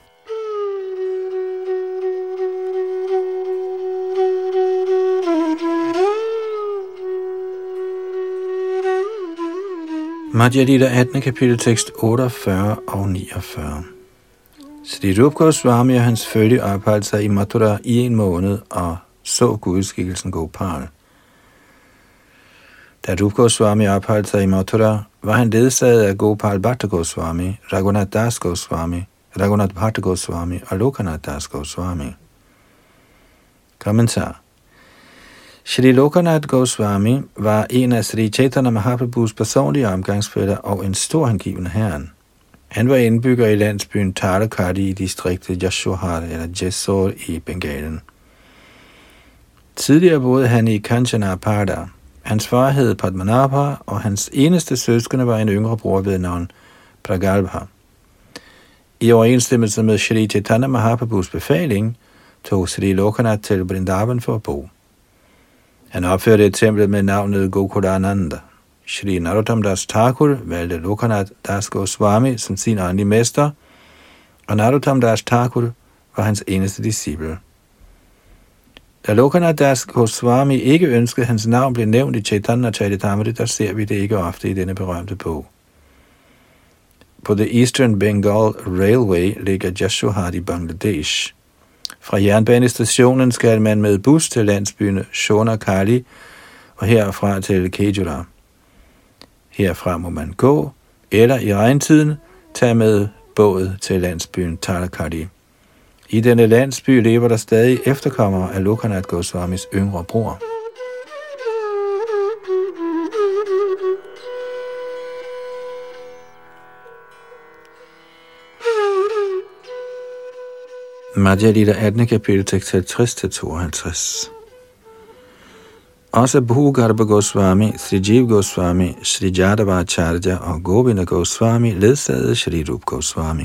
Madhya Lila attende kapitel tekst otteogfyrre og niogfyrre. Sri Rupa Goswami og hans følge opholdt sig i Mathura i en måned og så gudskikkelsen Gopal. Da Rupa Goswami opholdt sig i Mathura, var han ledsaget af Gopal Bhatta Goswami, Raghunath Das Goswami, Raghunath Bhatta Goswami og Lokanath Das Goswami. Kommentar. Shri Lokanath Goswami var en af Sri Chaitanya Mahaprabhus personlige omgangsfæller og en stor hengivende herren. Han var indbygger i landsbyen Talakadi i distriktet Yashohar eller Jessore i Bengalen. Tidligere boede han i Kanchanabada. Hans far hed Padmanabha, og hans eneste søskende var en yngre bror ved navn Pragalbha. I overensstemmelse med Shri Chaitanya Mahaprabhus befaling, tog Sri Lokanath til Vrindavan for at bo. Han opførte et tempel med navnet Gokulananda. Shri Narottam Das Thakur valgte Lokanath Das Goswami som sin åndelige mester, og Narottam Das Thakur var hans eneste disciple. Da Lokanath Das Goswami ikke ønskede, hans navn blev nævnt i Chaitanya Charitamrita, der ser vi det ikke ofte i denne berømte bog. På The Eastern Bengal Railway ligger Jashohar i Bangladesh. Fra jernbanestationen skal man med bus til landsbyen Shonakali og herfra til Kejura. Herfra må man gå, eller i regntiden tage med båd til landsbyen Talakadi. I denne landsby lever der stadig efterkommere af Lokanath Goswamis yngre bror. Madhya Lila attende kapitel, tekst halvtreds til tooghalvtreds. Også Bhugarbha Goswami, Sri Jiva Goswami, Sri Jadavacharya og Govinda Goswami ledsagede Sri Rup Goswami.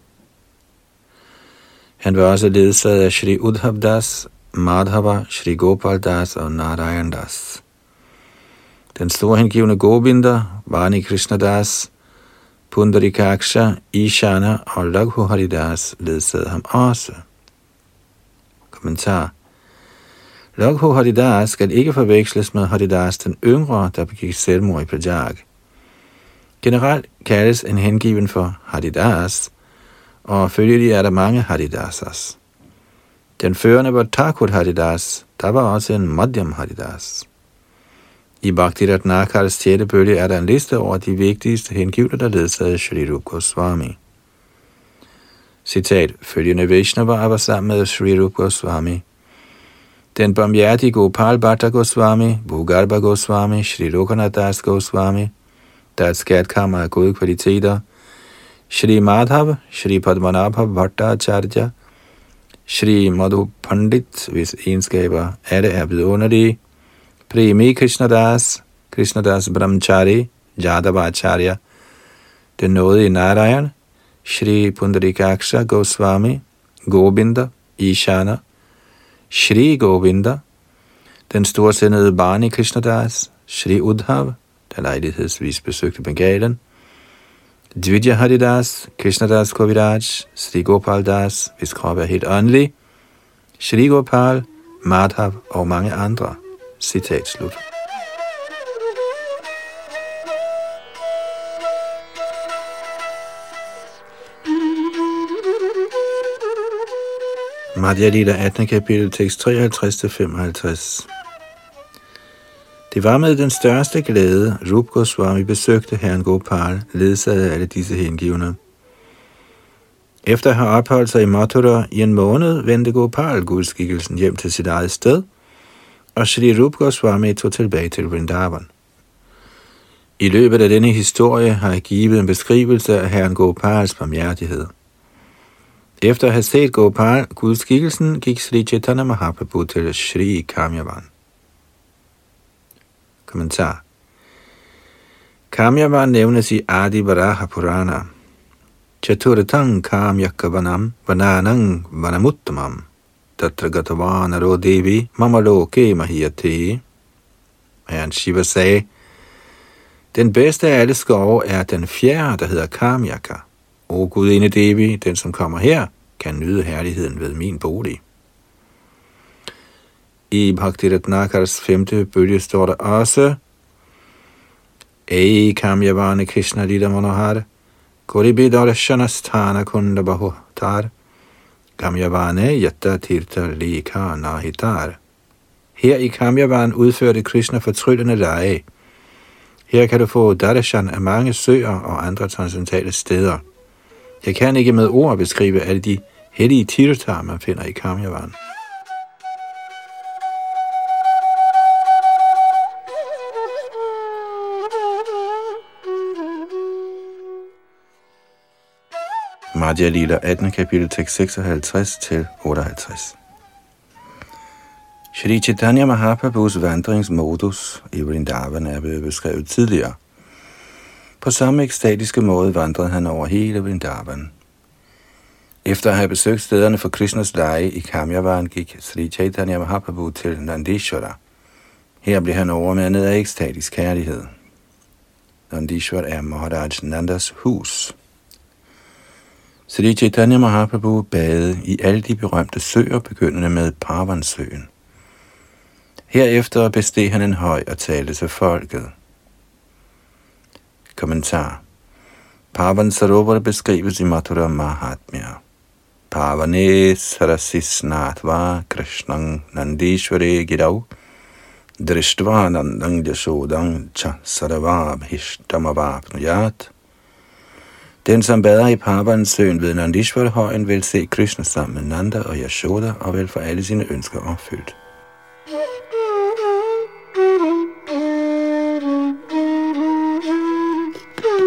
Han var også ledsaget af Sri Udhav Das, Madhava, Sri Gopal Das og Narayan Das. Den store hengivne Govinda, Vani Krishna Das, Pundarikaksha, Ishana og Laghu Haridas ledsagede ham også. Kommentar. Laghu Haridas skal ikke forveksles med Haridas den yngre, der begik selvmord i Prajag. Generelt kaldes en hengiven for Haridas, og følgelig er der mange Haridasas. Den førende var Thakur Haridas, der var også en Madhyam Haridas. I Bhakti Ratnakars sjette bølge er der en liste over de vigtigste hengivne, der ledsagede Sri Rup Goswami. Citat, følgende Vaishnava var sammen med Sri Rup Goswami. Den barmhjertige Gopal Bhatta Goswami, Bhugarbha Goswami, Sri Lokanath Das Goswami, der er et skatkammer af gode kvaliteter, Shri Madhav, Shri Padmanabha Bhattacharya, Shri Madhu Pandit, hvis egenskaber alle er vidunderlige, Premi Krishnadas, Krishnadas Brahmachari, Jadavacharya, den nådige Narayan, Shri Pundarikaksha Goswami, Govinda, Ishana, Shri Govinda, den storsindede Vani Krishnadas, Shri Udhav, der lejlighedsvis besøgte Bengalen, Dvidya Haridas, Krishnadas Kaviraj, Sri Gopal Das, hvis krop er helt åndelig, Shri Gopal, Madhav og mange andre. Citat slut. Madhya Lila attende kapitel, tekst treoghalvtreds til femoghalvtreds. Det var med den største glæde, Rup Goswami besøgte herren Gopal, ledsaget af alle disse hengivne. Efter at have opholdt sig i Mathura i en måned, vendte Gopal gudskikkelsen hjem til sit eget sted, og Shri Rup Goswami tog tilbage til Vrindavan. I løbet af denne historie har jeg givet en beskrivelse af herren Gopals barmhjertighed. Efter at have set Gopal, gudskikkelsen, gik Sri Chaitanya Mahaprabhu til Shri Kamyavan. Kommentar. Kamyavan nævnes i Adi Varaha Purana. Chaturatang Kamyakavanam Vananang Vanamuttamam Tatra Gatavanaro Devi Mamaloke Mahiyate. Herren Shiva sagde, den bedste af alle skove er den fjerde, der hedder Kamyaka. O Gudinde Devi, den som kommer her, kan nyde herligheden ved min bolig. I Bhakti Ratnakars femte bølge står der også, Ei Kamyavane Krishna Lila Manohar, Koribidarshanasthana Kunda Bahutar, Kamyavane Yatta Tirtha Lika Nahitar. Her i Kamyavan udførte Krishna fortryllende lege. Her kan du få darshan af mange søer og andre transcendentale steder. Jeg kan ikke med ord beskrive alle de hellige tirthaer, man finder i Kamyavan. Madhya Lila attende kapitel, tekst seksoghalvtreds til otteoghalvtreds. Shri Chaitanya Mahaprabhus vandringsmodus i Vrindavan er blevet beskrevet tidligere. På samme ekstatiske måde vandrede han over hele Vrindavan. Efter at have besøgt stederne for Krishnas lege i Kamyavan, gik Sri Chaitanya Mahaprabhu til Nandishvara. Her blev han overmandet af ekstatisk kærlighed. Nandishvara er Maharaj Nandas hus. Sri Chaitanya Mahaprabhu badede i alle de berømte søer, begyndende med Parvansøen. Herefter besteg han en høj og talte til folket. Kommentar. Parvan Sarovar beskrives i Mathura Mahatmya. Parvane sarasisnatva krishnang nandishvare girav drishtva nandang yashodang cha saravabhishtamavapnuyat. Den, som bader i Parvansøen ved Nandishvara-højen, vil se Krishna sammen med Nanda og Yashoda og vil få alle sine ønsker opfyldt.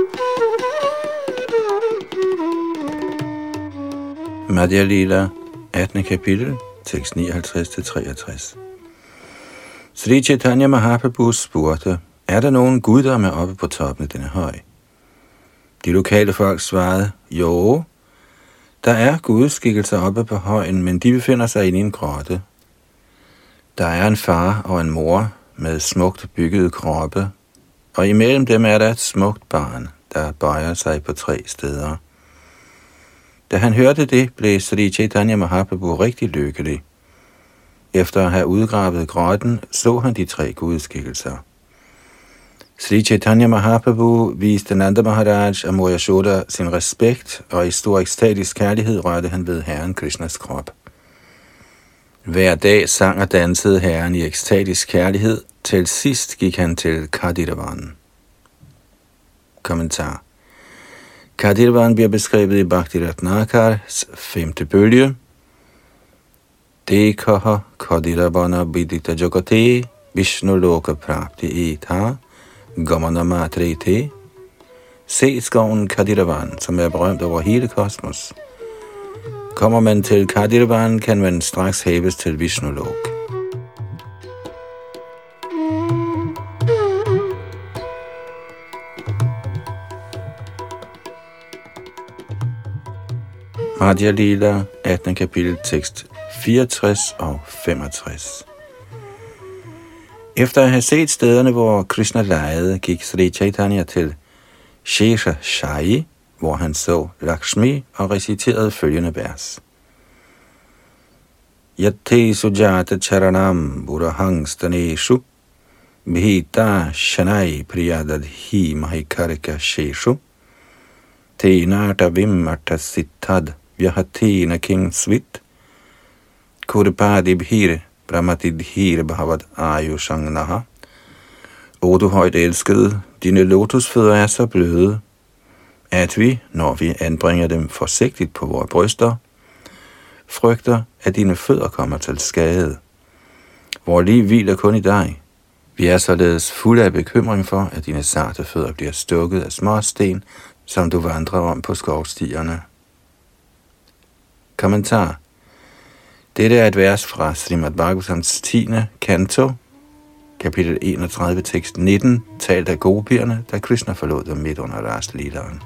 Madhya Lila, attende kapitel, tekst nioghalvtreds til treogtres. Sri Chaitanya Mahaprabhu spurgte, er der nogen guddomme oppe på toppen af denne høj? De lokale folk svarede, jo, der er gudskikkelser oppe på højen, men de befinder sig inde i en grotte. Der er en far og en mor med smukt byggede kroppe, og imellem dem er der et smukt barn, der bøjer sig på tre steder. Da han hørte det, blev Sri Chaitanya Mahaprabhu rigtig lykkelig. Efter at have udgravet grotten, så han de tre gudskikkelser. Sri Chaitanya Mahaprabhu viste Nanda Maharaj og Mor Yashoda sin respekt, og i stor ekstatisk kærlighed rørte han ved Herren Krishnas krop. Hver dag sang og dansede Herren i ekstatisk kærlighed, til sidst gik han til Kadiravan. Kommentar. Kadiravan bliver beskrevet i Bhakti Ratnakars femte bølge. Dekaha Kadiravana Vidita Jagate Vishnu Loka Prapti Etha Gamana Matrete. Se skoven Kadiravan, som er berømt over hele kosmos. Kommer man til Kadiravan, kan man straks hæves til Vishnu Lok. Madhya Lila, attende kapitel, tekst fireogtres og femogtres. Efter at have set stederne, hvor Krishna legede, gik Sri Chaitanya til Shesha Shayi, hvor han så Lakshmi og reciterede følgende vers. Yatte sujata charanam burahang staneshu bhita shanai priyadadhi mahikarika sheshu tenata vimata siddhad vyahatina kingsvit kurpadibhir brahmatidhir bhavad ayushangnaha. O du højt elskede, dine lotusfødder er så bløde, at vi, når vi anbringer dem forsigtigt på vores bryster, frygter, at dine fødder kommer til skade. Vores liv hviler kun i dig. Vi er således fulde af bekymring for, at dine sarte fødder bliver stukket af småsten, som du vandrer om på skovstierne. Kommentar. Dette er et vers fra Srimad Bhagavatams tiende kanto, kapitel enogtredive, tekst nitten, talt af gopierne, da Krishna forlod dem midt under Ras-lilaen.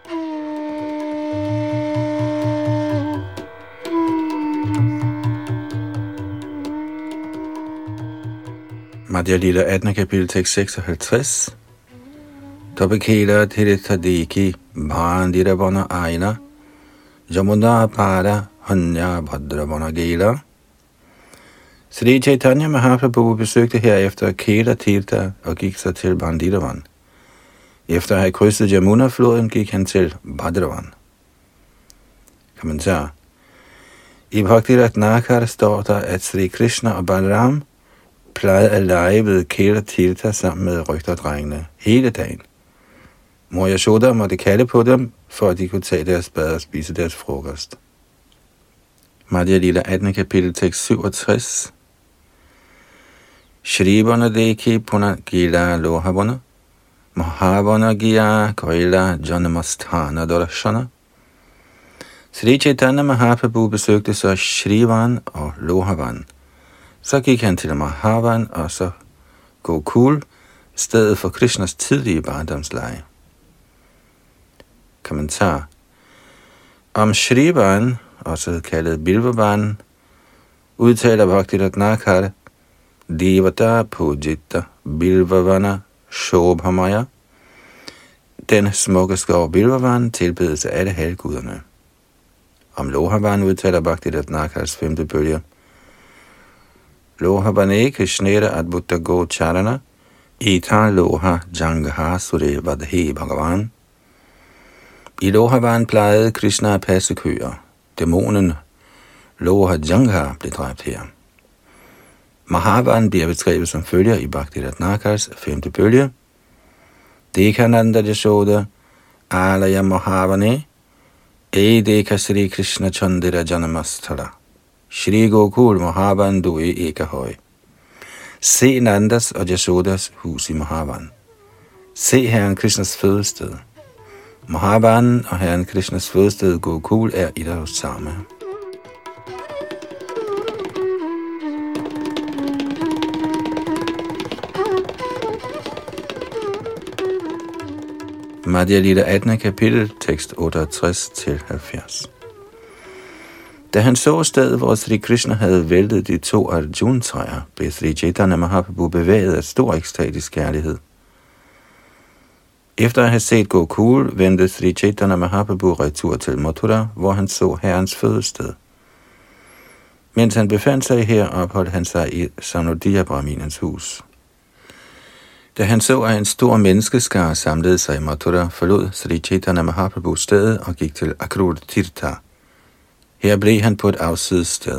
Madhya Lila, attende kapitel, tekst seksoghalvtreds. Topikela Tiritadiki Bhandiravana Aina Jamuna Pada Hanya Bhadravana Gela. Sri Chaitanya Mahaprabhu besøgte herefter Kela Tirtha og gik så til Bhandiravan. Efter at have krydset Jamuna-floden gik han til Bhadravan. Kommentar. I Bhakti Ratnakar står der, at Sri Krishna og Balaram plejede at lege ved Kela Tirtha sammen med rygterdrengene hele dagen. Mor Yashoda måtte kalde på dem, for at de kunne tage deres bad og spise deres frokost. Madhya Lila, attende kapitel, tekst syvogtres. Shrivana deki puna gila lohavana Mahavana Gya Koila Janamasthana Darashana. Sri Chaitanya Mahaprabhu besøgte så Shrivan og Lohavan. Så gik han til Mahavan og så Gokul, stedet for Krishnas tidlige barndomsleje. Kommentar. Om Shrivan, også kaldet Bilvavan, udtaler Bhakti Ratnakar, Devata Pujita Bilvavana Shobhamaya. Den smukke skov Bilvavan tilbedes af alle halvguderne. Om Lohavan udtaler Bhakti Ratnakars femte bølge. Lohavane Krishnera Adbutta Gocharana Etha Loha Jangaha Sure Vadhe Bhagavan. I Lohavan plejede Krishna at passe køer. Dæmonen Loha Jangha blev dræbt her. Mahavan bliver beskrevet som følger i Bhakti Ratnakars femte bølge. Dekhananda Yashoda Alaya Mahavane Edeka Sri Krishna Chandira Janamasthala Shri Gokul Mahavan Due Ekahøj. Se Nandas og Yashodas hus i Mahavan. Se Herren Krishnas fødested. Mahavan og Herren Krishnas fødested Gokul er et og samme. Madhya Lila attende kapitel, tekst otteogtres til halvfjerds. Da han så stedet, hvor Sri Krishna havde væltet de to Arjun-træer, blev Sri Chaitanya Mahaprabhu bevæget af stor ekstatisk kærlighed. Efter at have set Gokul, vendte Sri Chaitanya Mahaprabhu retur til Mathura, hvor han så herrens fødested. Mens han befandt sig her, opholdt han sig i Sanodiya Brahminens hus. Da han så, at en stor menneskeskare samlede sig i Mathura, forlod Sri Chaitanya Mahaprabhu stedet og gik til Akrura Tirtha. Her blev han på et afsides sted.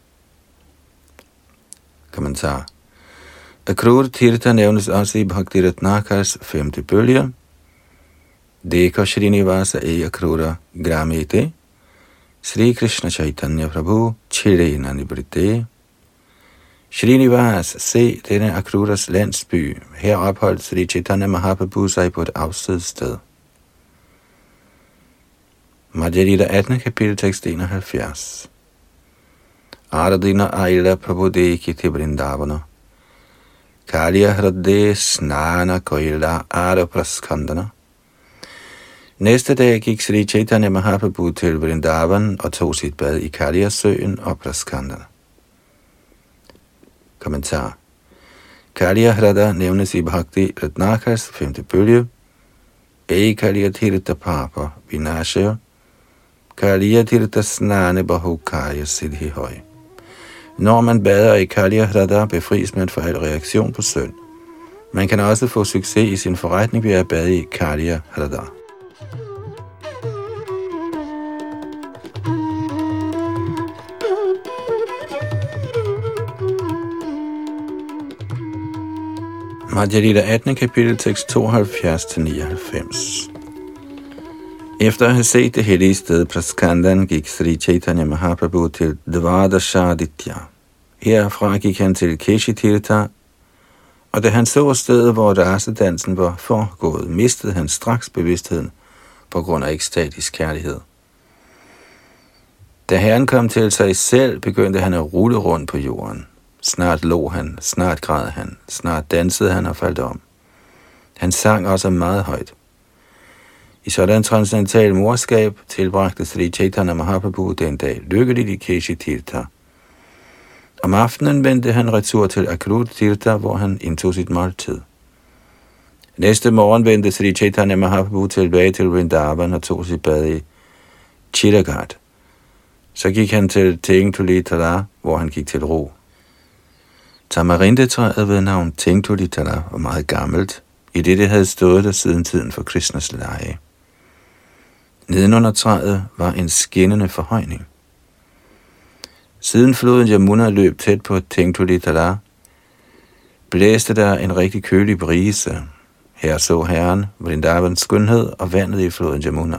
Kommentar. Akrura Tirtha nævnes også i Bhakti Ratnakars femte bølge. Dekha Srinivasa e Akrura Gramete, Sri Krishna Chaitanya Prabhu Chirena Nibrite. Srinivas, se denne Akruras landsby. Her opholdt Sri Chaitanya Mahaprabhu sig på et afsides sted. Madhya Lila attende kapitel, tekst enoghalvfjerds. Aradina Aila Prabhudeki til Vrindavana. Kaliya Hradde Snana Koila Ara Praskandana. Næste dag gik Sri Chaitanya Mahaprabhu til Vrindavan og tog sit bad i Kaliya-søen og Praskandana. Kommentar. Kaliya Hrada nævnes i Bhakti Ratnakars femte bølge. Ei Kaliya Tirtha Papa Vinashaya. Kaliya Tirtha Snane Bahukaya Siddhi Høj. Når man bader i Kaliya Hrada, befries man for al reaktion på synd. Man kan også få succes i sin forretning ved at bade i Kaliya Hrada. Madhya Lila attende kapitel, tekst tooghalvfjerds til nioghalvfems. Efter at have set det hellige sted Praskandan, gik Sri Chaitanya Mahaprabhu til Dvadashaditya. Herfra gik han til Keshitirtha, og da han så stedet, hvor rasedansen var foregået, mistede han straks bevidstheden på grund af ekstatisk kærlighed. Da herren kom til sig selv, begyndte han at rulle rundt på jorden. Snart lå han, snart græd han, snart dansede han og faldt om. Han sang også meget højt. I sådan transcendental morskab tilbragte Sri Chaitanya Mahaprabhu den dag lykkeligt i Keshitirtha. Om aftenen vendte han retur til Akrura Tirtha, hvor han indtog sit måltid. Næste morgen vendte Sri Chaitanya Mahaprabhu tilbage til Vrindavan og tog sit bad i Chiraghat. Så gik han til Tengtuli Tala, hvor han gik til ro. Tamarindetræet ved navn Tengtuli Tala var meget gammelt, i det det havde stået der siden tiden for Krishnas lege. Nedenunder træet var en skinnende forhøjning. Siden floden Yamuna løb tæt på Tengtuli Tala, blæste der en rigtig kølig brise. Her så herren Vrindavans skønhed og vandet i floden Yamuna.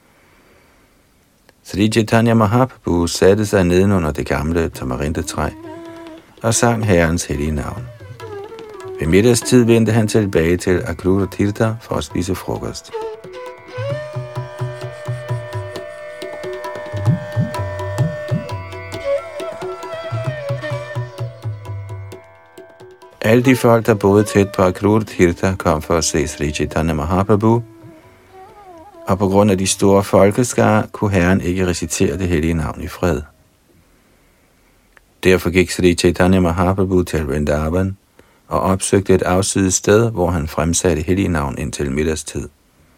Sri Chaitanya Mahaprabhu satte sig nedenunder det gamle tamarindetræ og sang herrens hellige navn. Ved middagstid vendte han tilbage til Akrura Tirtha for at spise frokost. Alle de folk, der boede tæt på Akrura Tirtha, kom for at se Sri Chaitanya Mahaprabhu, og på grund af de store folkeskare kunne herren ikke recitere det hellige navn i fred. Derfor gik Sri Chaitanya Mahaprabhu til Vrindavan og opsøgte et afsides sted, hvor han fremsatte hellige navn indtil middagstid.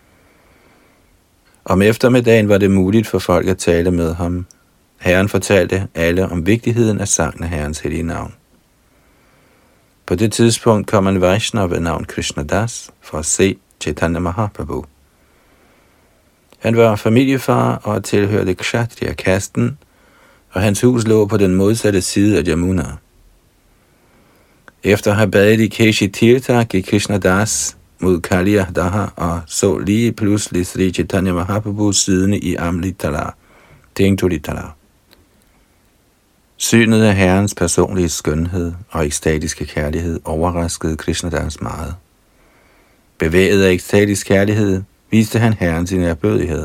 Om eftermiddagen var det muligt for folk at tale med ham. Herren fortalte alle om vigtigheden af sangen af herrens hellige navn. På det tidspunkt kom en Vaishnav ved navn Krishnadas for at se Chaitanya Mahaprabhu. Han var familiefar og tilhørte Kshatriya-kasten, og hans hus lå på den modsatte side af Yamuna. Efter at have badet i Keshitirtha gik Krishnadas mod Kaliya Daha og så lige pludselig Sri Chaitanya Mahaprabhu siddende i Amlitala, Tengtuli Tala. Synet af herrens personlige skønhed og ekstatiske kærlighed overraskede Krishnadas meget. Bevæget af ekstatisk kærlighed viste han herren sin ærbødighed.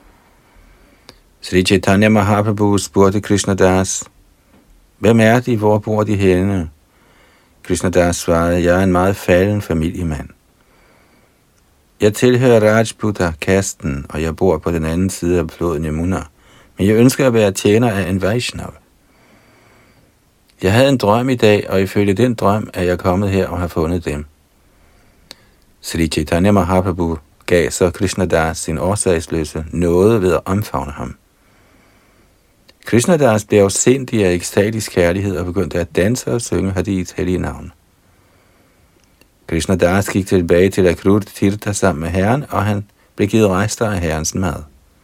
Sri Chaitanya Mahaprabhu spurgte Krishnadas, hvem er de, hvor bor de henne? Krishnadas svarede, jeg er en meget falden familiemand. Jeg tilhører Rajputa-kasten, og jeg bor på den anden side af floden Yamuna, men jeg ønsker at være tjener af en Vaishnav. Jeg havde en drøm i dag, og ifølge den drøm er jeg kommet her og har fundet dem. Sri Chaitanya Mahaprabhu gav så Krishnadas sin årsagsløse nåde ved at omfavne ham. Krishnadas blev afsindig af ekstatisk kærlighed og begyndte at danse og synge Hadis hellige navn. Krishnadas gik tilbage til Akrura Tirtha sammen med herren, og han blev givet rester af herrens mad.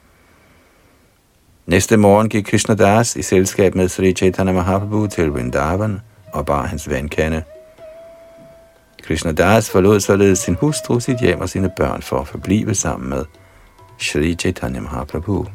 Næste morgen gik Krishnadas i selskab med Sri Chaitanya Mahaprabhu til Vrindavan og bar hans vandkande. Krishnadas forlod således sin hustru, sit hjem og sine børn for at forblive sammen med Sri Chaitanya Mahaprabhu.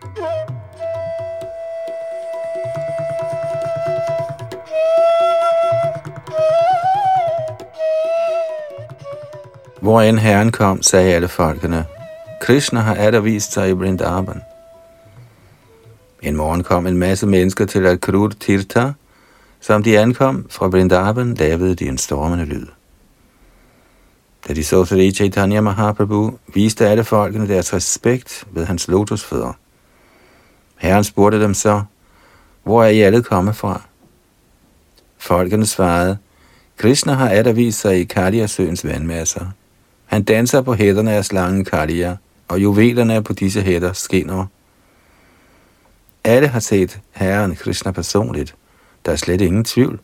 Hvor end herren kom, sagde alle folkene, Krishna har atter vist sig i Vrindavan. En morgen kom en masse mennesker til Akrura Tirtha. Som de ankom fra Vrindavan, lavede de en stormende lyd. Da de så Sri Chaitanya Mahaprabhu, viste alle folkene deres respekt ved hans lotusfødder. Herren spurgte dem så, hvor er I alle kommet fra? Folkene svarede, Krishna har atter vist sig i Kalia-søens vandmasser. Han danser på hætterne af slangen Kalia, og juvelerne på disse hætter skinner. Alle har set herren Krishna personligt. Der er slet ingen tvivl.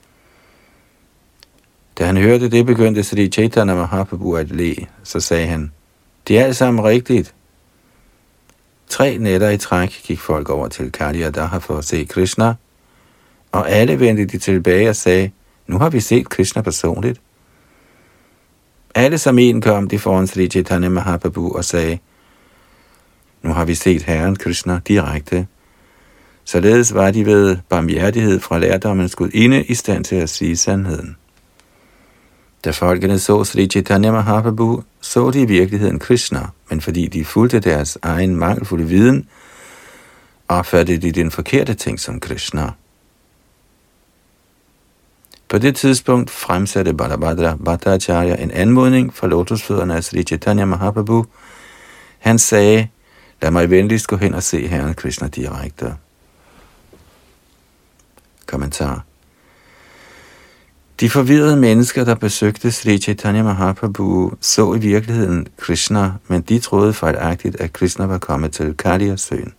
Da han hørte det, begyndte Sri Chaitanya Mahaprabhu at le. Så sagde han, det er alt sammen rigtigt. Tre nætter i træk gik folk over til Kalia Daha for at se Krishna, og alle vendte de tilbage og sagde, nu har vi set Krishna personligt. Alle som en kom de foran Sri Chaitanya Mahaprabhu og sagde, nu har vi set herren Krishna direkte. Således var de ved barmhjertighed fra lærdommens gudinde i stand til at sige sandheden. Da folkene så Sri Chaitanya Mahaprabhu, så de i virkeligheden Krishna, men fordi de fulgte deres egen mangelfulde viden, opfattede de den forkerte ting som Krishna. På det tidspunkt fremsatte Balabhadra Bhattacharya en anmodning for lotusfødderne af Sri Chaitanya Mahaprabhu. Han sagde, lad mig venligst gå hen og se herren Krishna direkte. Kommentar. De forvirrede mennesker, der besøgte Sri Chaitanya Mahaprabhu, så i virkeligheden Krishna, men de troede fejlagtigt, at Krishna var kommet til Kalia-søen.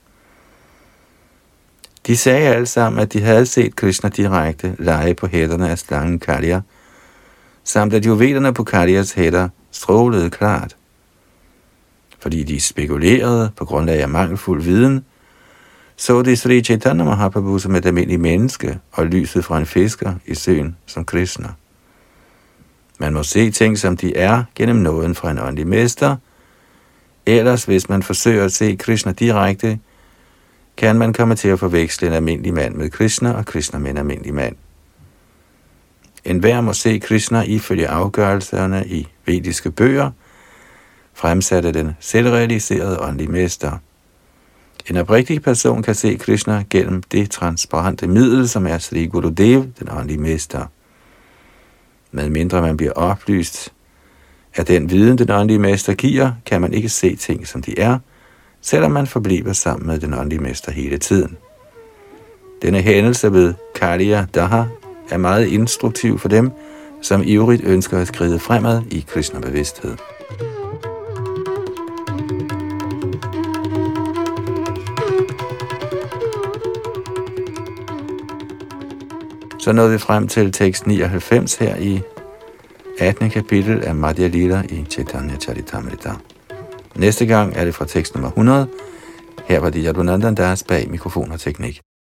De sagde alle sammen, at de havde set Krishna direkte lege på hætterne af slangen Kalia, samt at juvelerne på Kalias hætter strålede klart. Fordi de spekulerede på grundlag af mangelfuld viden, så de Sri Chaitanya Mahaprabhu som et almindeligt menneske og lyset fra en fisker i søen som Krishna. Man må se ting, som de er, gennem nåden fra en åndelig mester. Ellers, hvis man forsøger at se Krishna direkte, kan man komme til at forveksle en almindelig mand med Krishna og Krishna med en almindelig mand. Enhver må se Krishna ifølge afgørelserne i vediske bøger, fremsatte den selvrealiserede åndelige mester. En oprigtig person kan se Krishna gennem det transparente middel, som er Sri Gurudev, den åndelige mester. Med mindre man bliver oplyst af den viden, den åndelige mester giver, kan man ikke se ting, som de er, selvom man forbliver sammen med den åndelige mester hele tiden. Denne hændelse ved Kalia Daha er meget instruktiv for dem, som ivrigt ønsker at skride fremad i Krishna-bevidsthed. Så nåede vi frem til tekst nioghalvfems her i attende kapitel af Madhya Lila i Chaitanya Charitamrita. Næste gang er det fra tekst nummer hundrede. Her var det Yadunandan Das bag mikrofon og teknik.